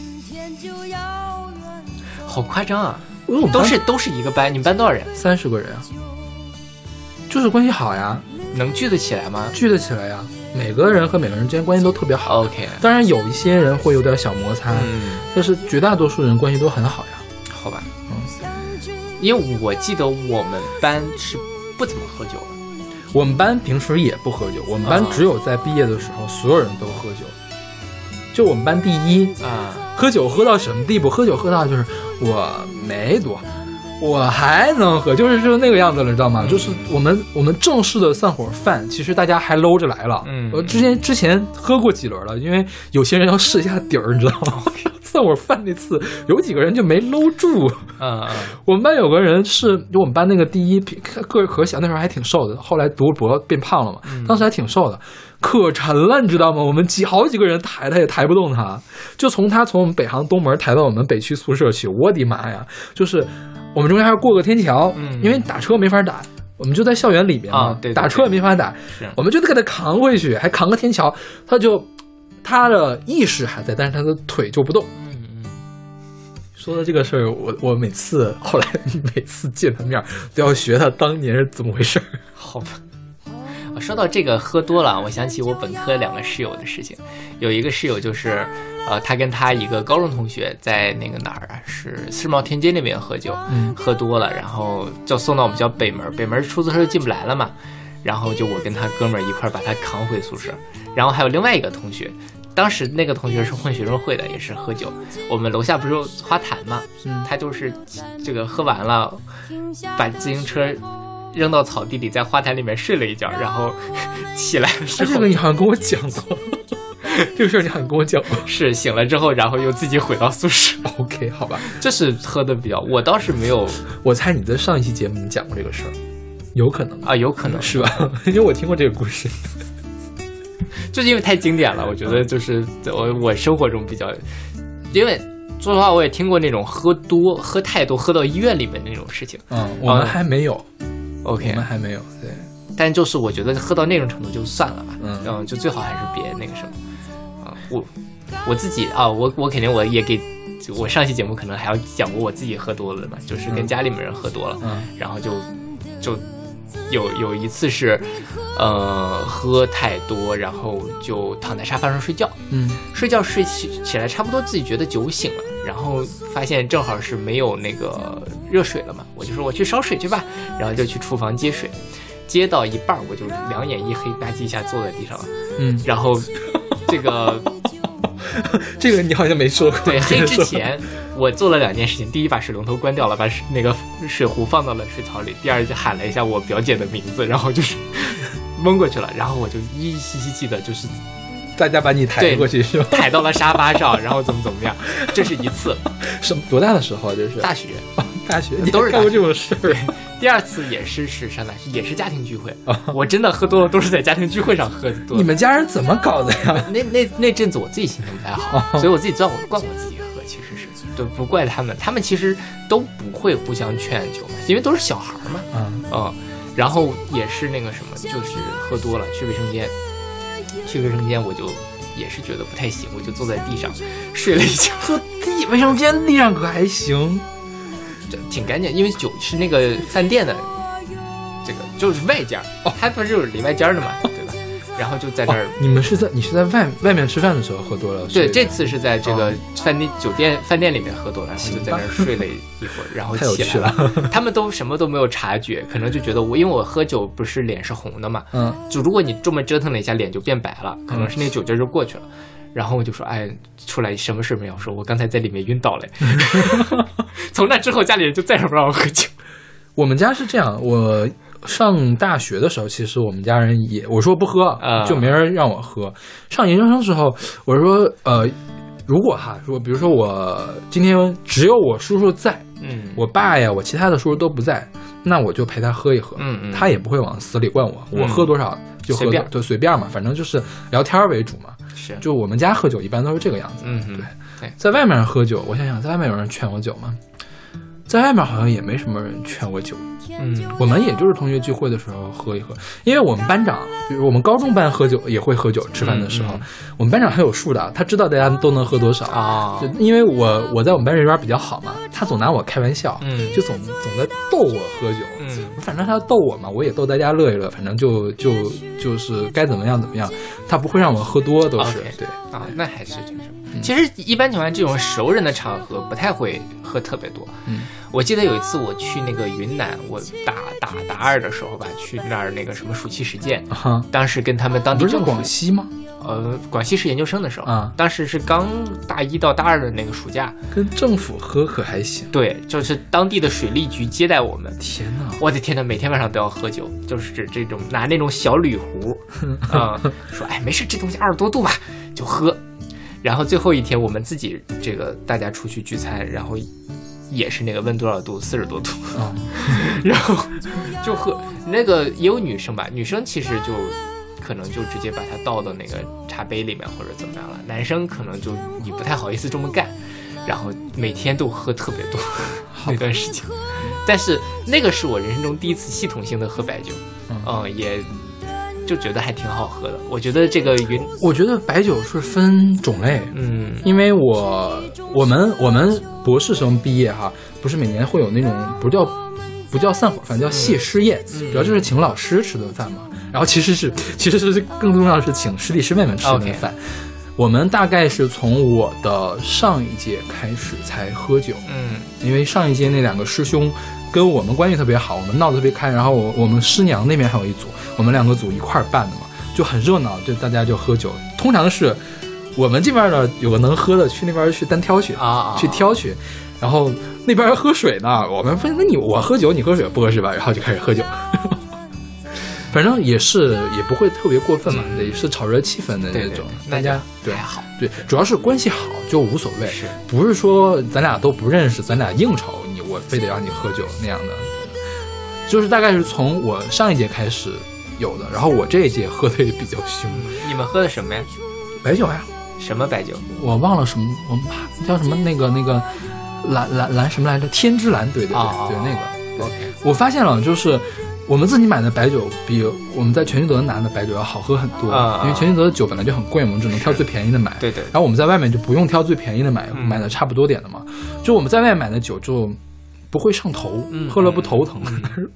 好夸张啊！ 因为我们都是一个班，你们班多少人 ？30个人啊，就是关系好呀。 能聚得起来吗？ 聚得起来呀，每个人和每个人之间关系都特别好。 OK， 当然有一些人会有点小摩擦，但是绝大多数人关系都很好呀。 好吧，因为我记得我们班是不怎么喝酒的。 我们班平时也不喝酒，我们班只有在毕业的时候，所有人都喝酒。就我们班第一喝酒喝到什么地步？喝酒喝到就是我没多，我还能喝，就是那个样子了，知道吗？就是我们正式的散伙饭，其实大家还搂着来了。我之前喝过几轮了，因为有些人要试一下底儿，你知道吗？散伙饭那次有几个人就没搂住。我们班有个人就我们班那个第一个儿可小，那时候还挺瘦的，后来读博变胖了嘛，当时还挺瘦的，可沉了，你知道吗？我们好几个人抬他也抬不动他，就从我们北航东门抬到我们北区宿舍去，我的妈呀！就是我们中间还要过个天桥，因为打车没法打，我们就在校园里面嘛， 对， 打车也没法打，我们就得给他扛回去，还扛个天桥，他的意识还在，但是他的腿就不动。说的这个事儿，我后来每次见他面都要学他当年是怎么回事。 好吧，说到这个喝多了，我想起我本科2个室友的事情。有一个室友就是他跟他一个高中同学在那个哪儿啊，是世贸天阶那边喝酒，喝多了，然后就送到我们叫北门出租车进不来了嘛，然后就我跟他哥们儿一块把他扛回宿舍，然后还有另外一个同学。当时那个同学是混学生会的，也是喝酒。我们楼下不是有花坛嘛，他就是这个喝完了，把自行车扔到草地里，在花坛里面睡了一觉，然后起来的时候， 这个你好像跟我讲过，这个事儿你好像跟我讲过。 是醒了之后，然后又自己回到宿舍。 OK， 好吧， 这是喝的比较，我倒是没有。 我猜你在上一期节目你讲过这个事儿，有可能啊，有可能是吧？因为我听过这个故事。 就是因为太经典了，我觉得就是我生活中比较，因为说实话我也听过那种喝太多喝到医院里面那种事情。 我们还没有。 OK， 我们还没有。对， 但就是我觉得喝到那种程度就算了吧。就最好还是别那个什么。我自己我肯定我也给我上期节目可能还要讲过我自己喝多了嘛，就是跟家里面人喝多了，然后就有一次是，喝太多，然后就躺在沙发上睡觉。睡觉睡起来差不多自己觉得酒醒了，然后发现正好是没有那个热水了嘛，我就说我去烧水去吧，然后就去厨房接水，接到一半我就两眼一黑，吧唧一下坐在地上了。然后这个你好像没说过。 对，黑之前我做了2件事情，第一把水龙头关掉了，把那个水壶放到了水槽里，第二就喊了一下我表姐的名字，然后就是蒙过去了，然后我就依稀记得就是大家把你抬过去是吧？ 抬到了沙发上，然后怎么样，这是一次。 什么多大的时候？这是大学。 大学你都是干过这种事？ 对。第二次也是上大学，也是家庭聚会。我真的喝多了，都是在家庭聚会上喝多。 你们家人怎么搞的呀？ 那阵子我自己心情不太好，所以我自己灌我自己喝，其实是对，不怪他们，他们其实都不会互相劝酒嘛，因为都是小孩嘛。然后也是那个什么，就是喝多了去卫生间，我就也是觉得不太行，我就坐在地上睡了一觉。 卫生间地上可还行。 挺干净，因为酒是那个饭店的，这个就是外间它不是就是里外间的嘛，对吧？然后就在那儿。你是在外面吃饭的时候喝多了？ 对，这次是在这个饭店里面喝多了，然后就在那儿睡了一会儿，然后起来了。他们都什么都没有察觉，可能就觉得因为我喝酒不是脸是红的嘛，就如果你这么折腾了一下，脸就变白了，可能是那酒劲就过去了。然后我就说，哎，出来什么事没有？说我刚才在里面晕倒了。从那之后，家里人就再也不让我喝酒。 我们家是这样，我上大学的时候，其实我们家人我说不喝，就没人让我喝。上研究生的时候，我说，如果比如说我今天只有我叔叔在，我爸呀，我其他的叔叔都不在，那我就陪他喝一喝，他也不会往死里灌我，我喝多少就喝多，就随便嘛，反正就是聊天为主嘛。就我们家喝酒一般都是这个样子。对，在外面喝酒，我想想，在外面有人劝我酒吗？在外面好像也没什么人劝我酒。我们也就是同学聚会的时候喝一喝，因为我们班长，比如我们高中班喝酒也会喝酒，吃饭的时候，我们班长很有数的，他知道大家都能喝多少啊。因为我在我们班人缘比较好嘛，他总拿我开玩笑，就总在逗我喝酒。反正他逗我嘛，我也逗大家乐一乐，反正就是该怎么样怎么样，他不会让我喝多，都是对啊，那还是挺什么。其实一般情况下，这种熟人的场合不太会喝特别多。我记得有一次我去那个云南，我大二的时候吧，去那儿那个什么暑期实践，当时跟他们当地政府， 不是广西吗？ 广西是研究生的时候当时是刚大1到大2的那个暑假， 跟政府喝可还行。 对，就是当地的水利局接待我们。 天哪， 我的天哪，每天晚上都要喝酒，就是这种拿那种小铝壶说哎没事，这东西20多度吧，就喝。然后最后一天我们自己这个大家出去聚餐，然后也是那个温多少度，40多度然后就喝。那个也有女生吧，女生其实就可能就直接把它倒到那个茶杯里面或者怎么样了，男生可能就你不太好意思这么干，然后每天都喝特别多那段时间。但是那个是我人生中第一次系统性的喝白酒，也就觉得还挺好喝的。我觉得这个我觉得白酒是分种类，因为我们博士生毕业不是每年会有那种不叫散伙饭，叫谢师宴，主要就是请老师吃顿饭嘛。然后其实是更重要的是请师弟师妹们吃顿饭。我们大概是从我的上一届开始才喝酒，因为上一届那2个师兄跟我们关系特别好，我们闹得特别开，然后我们师娘那边还有一组，我们2个组一块办的嘛，就很热闹，就大家就喝酒。通常是我们这边的有个能喝的，去那边去单挑去去挑去，然后那边喝水呢，我们说那我喝酒你喝水不合适吧，然后就开始喝酒。反正也不会特别过分嘛，也是炒热气氛的那种，大家对还好， 对，主要是关系好就无所谓，不是说咱俩都不认识，咱俩应酬我非得让你喝酒那样的，就是大概是从我上一届开始有的，然后我这一届喝的也比较凶。 你们喝的什么呀？ 白酒呀。 什么白酒？我忘了什么，我们叫什么那个蓝什么来着？天之蓝，对那个。OK， 我发现了，就是我们自己买的白酒比我们在全聚德拿的白酒要好喝很多，因为全聚德的酒本来就很贵，我们只能挑最便宜的买。 对。 然后我们在外面就不用挑最便宜的买，买的差不多点的嘛。就我们在外面买的酒就不会上头，喝了不头疼。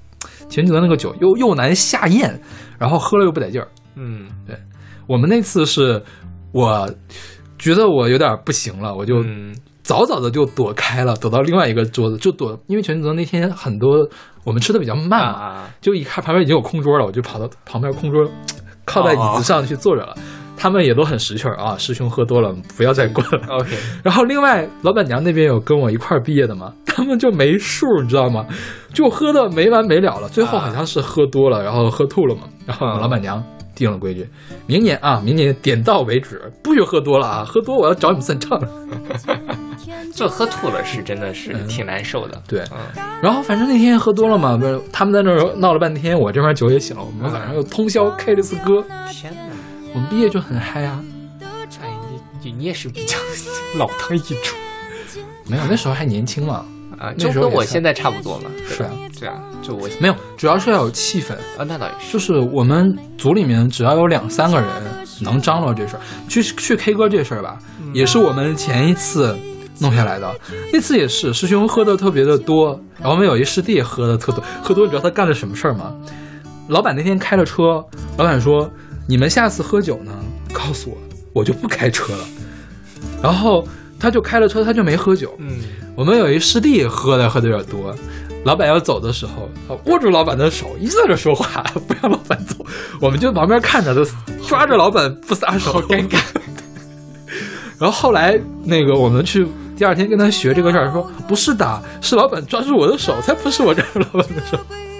全聚德那个酒又难下咽，然后喝了又不得劲儿。对，我们那次是我觉得我有点不行了，我就早早的就躲开了，躲到另外一个桌子，因为全聚德那天很多我们吃的比较慢嘛，就一看旁边已经有空桌了，我就跑到旁边空桌靠在椅子上去坐着了。他们也都很识趣啊，师兄喝多了不要再灌了。 OK。 然后另外老板娘那边有跟我一块儿毕业的嘛，他们就没数，你知道吗？就喝的没完没了了，最后好像是喝多了，然后喝吐了嘛。然后老板娘定了规矩，明年点到为止，不许喝多了啊！喝多我要找你们算账。 这喝吐了是真的是挺难受的。 对，然后反正那天喝多了嘛，不是他们在那儿闹了半天，我这边酒也醒了，我们晚上又通宵开了次歌。 天哪！ 我们毕业就很嗨啊！ 哎，你也是比较老当益壮。 没有，那时候还年轻嘛。 就跟我现在差不多嘛。 是啊， 对啊，就我没有，主要是要有气氛啊。那倒也是。 就是我们组里面只要有2-3个人能张罗这事儿，去 K 歌这事儿吧，也是我们前一次弄下来的。那次也是师兄喝的特别的多，然后我们有一师弟喝的特多，喝多你知道他干了什么事儿吗？老板那天开了车，老板说你们下次喝酒呢，告诉我就不开车了。然后他就开了车，他就没喝酒。我们有一师弟喝的有点多，老板要走的时候，握住老板的手，一直在这说话，不让老板走。我们就旁边看着，都抓着老板不撒手， 好尴尬。 然后后来我们去第二天跟他学这个事儿，说不是的，是老板抓住我的手，才不是我抓住老板的手。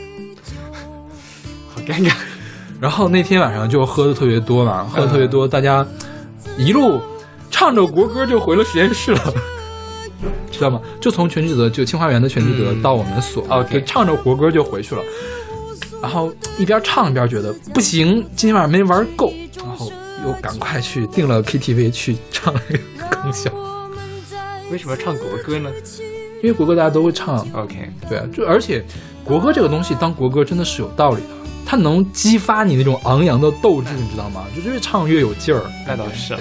好尴尬。 然后那天晚上就喝的特别多嘛，喝的特别多，大家一路唱着国歌就回了实验室了。知道吗？就从全聚德，就清华园的全聚德到我们所，就唱着国歌就回去了。然后一边唱一边觉得不行，今天晚上没玩够，然后又赶快去订了 KTV 去唱那个更小。 为什么唱国歌呢？ 因为国歌大家都会唱。 OK。 对啊，而且国歌这个东西当国歌真的是有道理的，它能激发你那种昂扬的斗志，你知道吗？就越唱越有劲儿。 那倒是。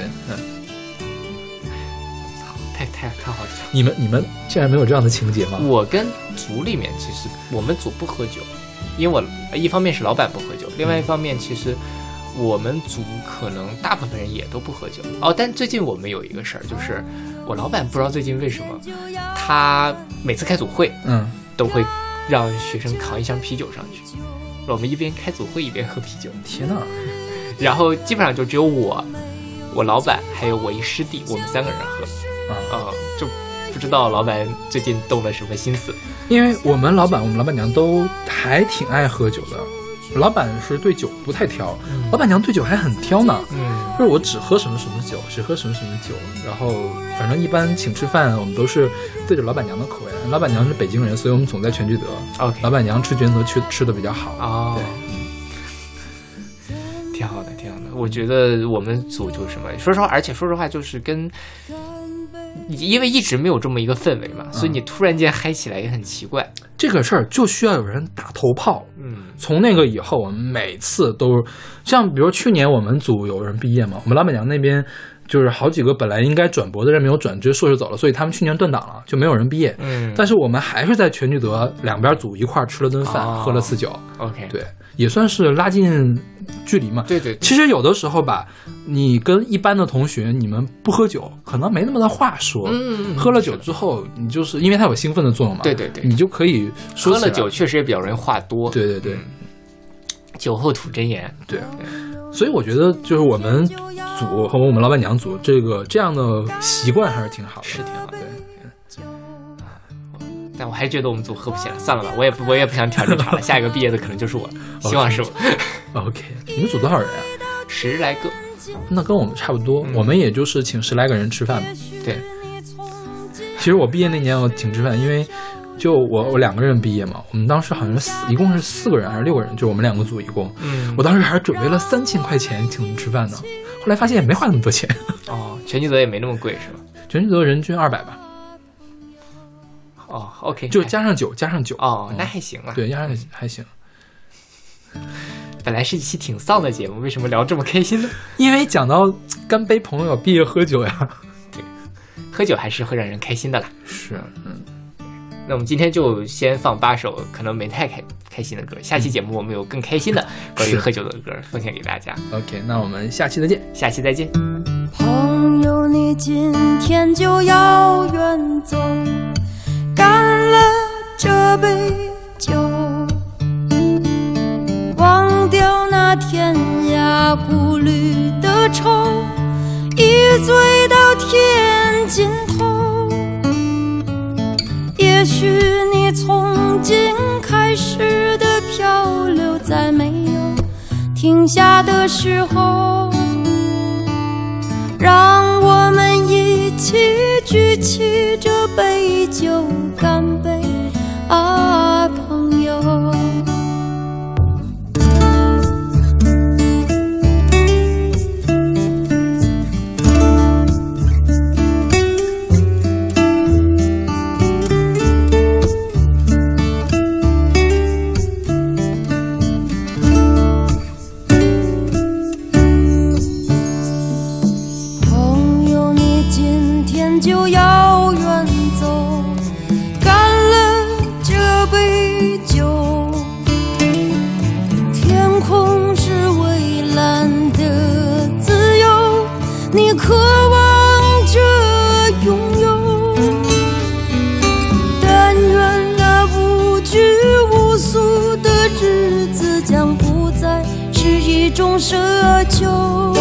太好笑！ 你们竟然没有这样的情节吗？ 我跟组里面其实我们组不喝酒，因为我一方面是老板不喝酒，另外一方面其实我们组可能大部分人也都不喝酒哦。但最近我们有一个事儿，就是我老板不知道最近为什么，他每次开组会，都会让学生扛一箱啤酒上去，我们一边开组会一边喝啤酒。 天哪！ 然后基本上就只有我老板还有我一师弟，我们3个人喝。就不知道老板最近动了什么心思。 因为我们老板娘都还挺爱喝酒的，老板是对酒不太挑，老板娘对酒还很挑呢。就是我只喝什么什么酒，只喝什么什么酒，然后反正一般请吃饭我们都是对着老板娘的口味。老板娘是北京人，所以我们总在全聚德。老板娘吃全聚德吃的比较好。对， 挺好的。我觉得我们组就什么，说实话就是因为一直没有这么一个氛围嘛，所以你突然间嗨起来也很奇怪。 这个事儿就需要有人打头炮。从那个以后，我们每次都像，比如去年我们组有人毕业嘛，我们老板娘那边就是好几个本来应该转博的人没有转，直接硕士走了，所以他们去年断档了，就没有人毕业。但是我们还是在全聚德两边组一块吃了顿饭，喝了次酒。 OK， 对，也算是拉近距离嘛。 对。 其实有的时候吧，你跟一般的同学，你们不喝酒，可能没那么多话说。喝了酒之后，你就是因为它有兴奋的作用嘛。对，你就可以说起来。 喝了酒确实也比较容易话多。对。酒后吐真言。对。 所以我觉得就是我们组和我们老板娘组这样的习惯还是挺好的。 是挺好的。对。但我还觉得我们组喝不起来，算了吧，我也不想挑这茬了。下一个毕业的可能就是我，希望是我。 OK， 你们组多少人啊 ？10来个。 那跟我们差不多，我们也就是请10来个人吃饭嘛。 对。 其实我毕业那年我请吃饭，因为就我2个人毕业嘛，我们当时好像一共是4个人还是6个人，就我们2个组一共。我当时还准备了3000块钱请他们吃饭呢，后来发现也没花那么多钱。 全聚德也没那么贵是吧？ 全聚德人均200吧。 OK， 就加上酒。 那还行啊。 对，加上还行。 本来是一期挺丧的节目，为什么聊这么开心呢？ 因为讲到干杯朋友，毕业喝酒呀。 对，喝酒还是会让人开心的啦。 是， 那我们今天就先放8首可能没太开心的歌，下期节目我们有更开心的关于喝酒的歌分享给大家。 OK， 那我们下期再见。 下期再见。 朋友，你今天就要远走，干了这杯酒，忘掉那天涯孤旅的愁，一醉到天尽头。也许你从今开始的漂流，在没有停下的时候，让我们一起举起这杯酒，干杯啊，朋友。就要远走，干了这杯酒。天空是蔚蓝的自由，你渴望着拥有。但愿那无拘无束的日子将不再是一种奢求，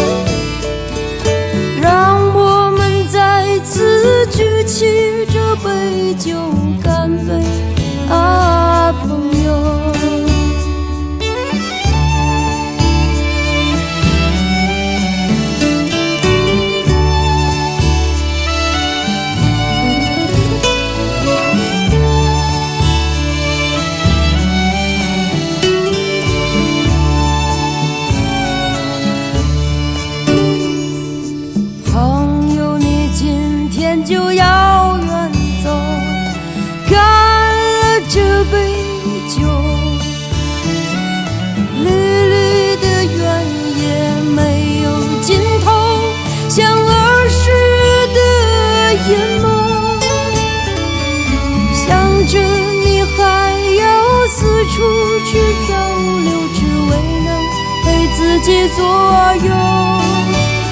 让我们再次举起这杯酒，干杯啊，朋友。就要远走，干了这杯酒，绿绿的原野没有尽头，像儿时的眼眸，想着你还要四处去漂流，只为能陪自己左右。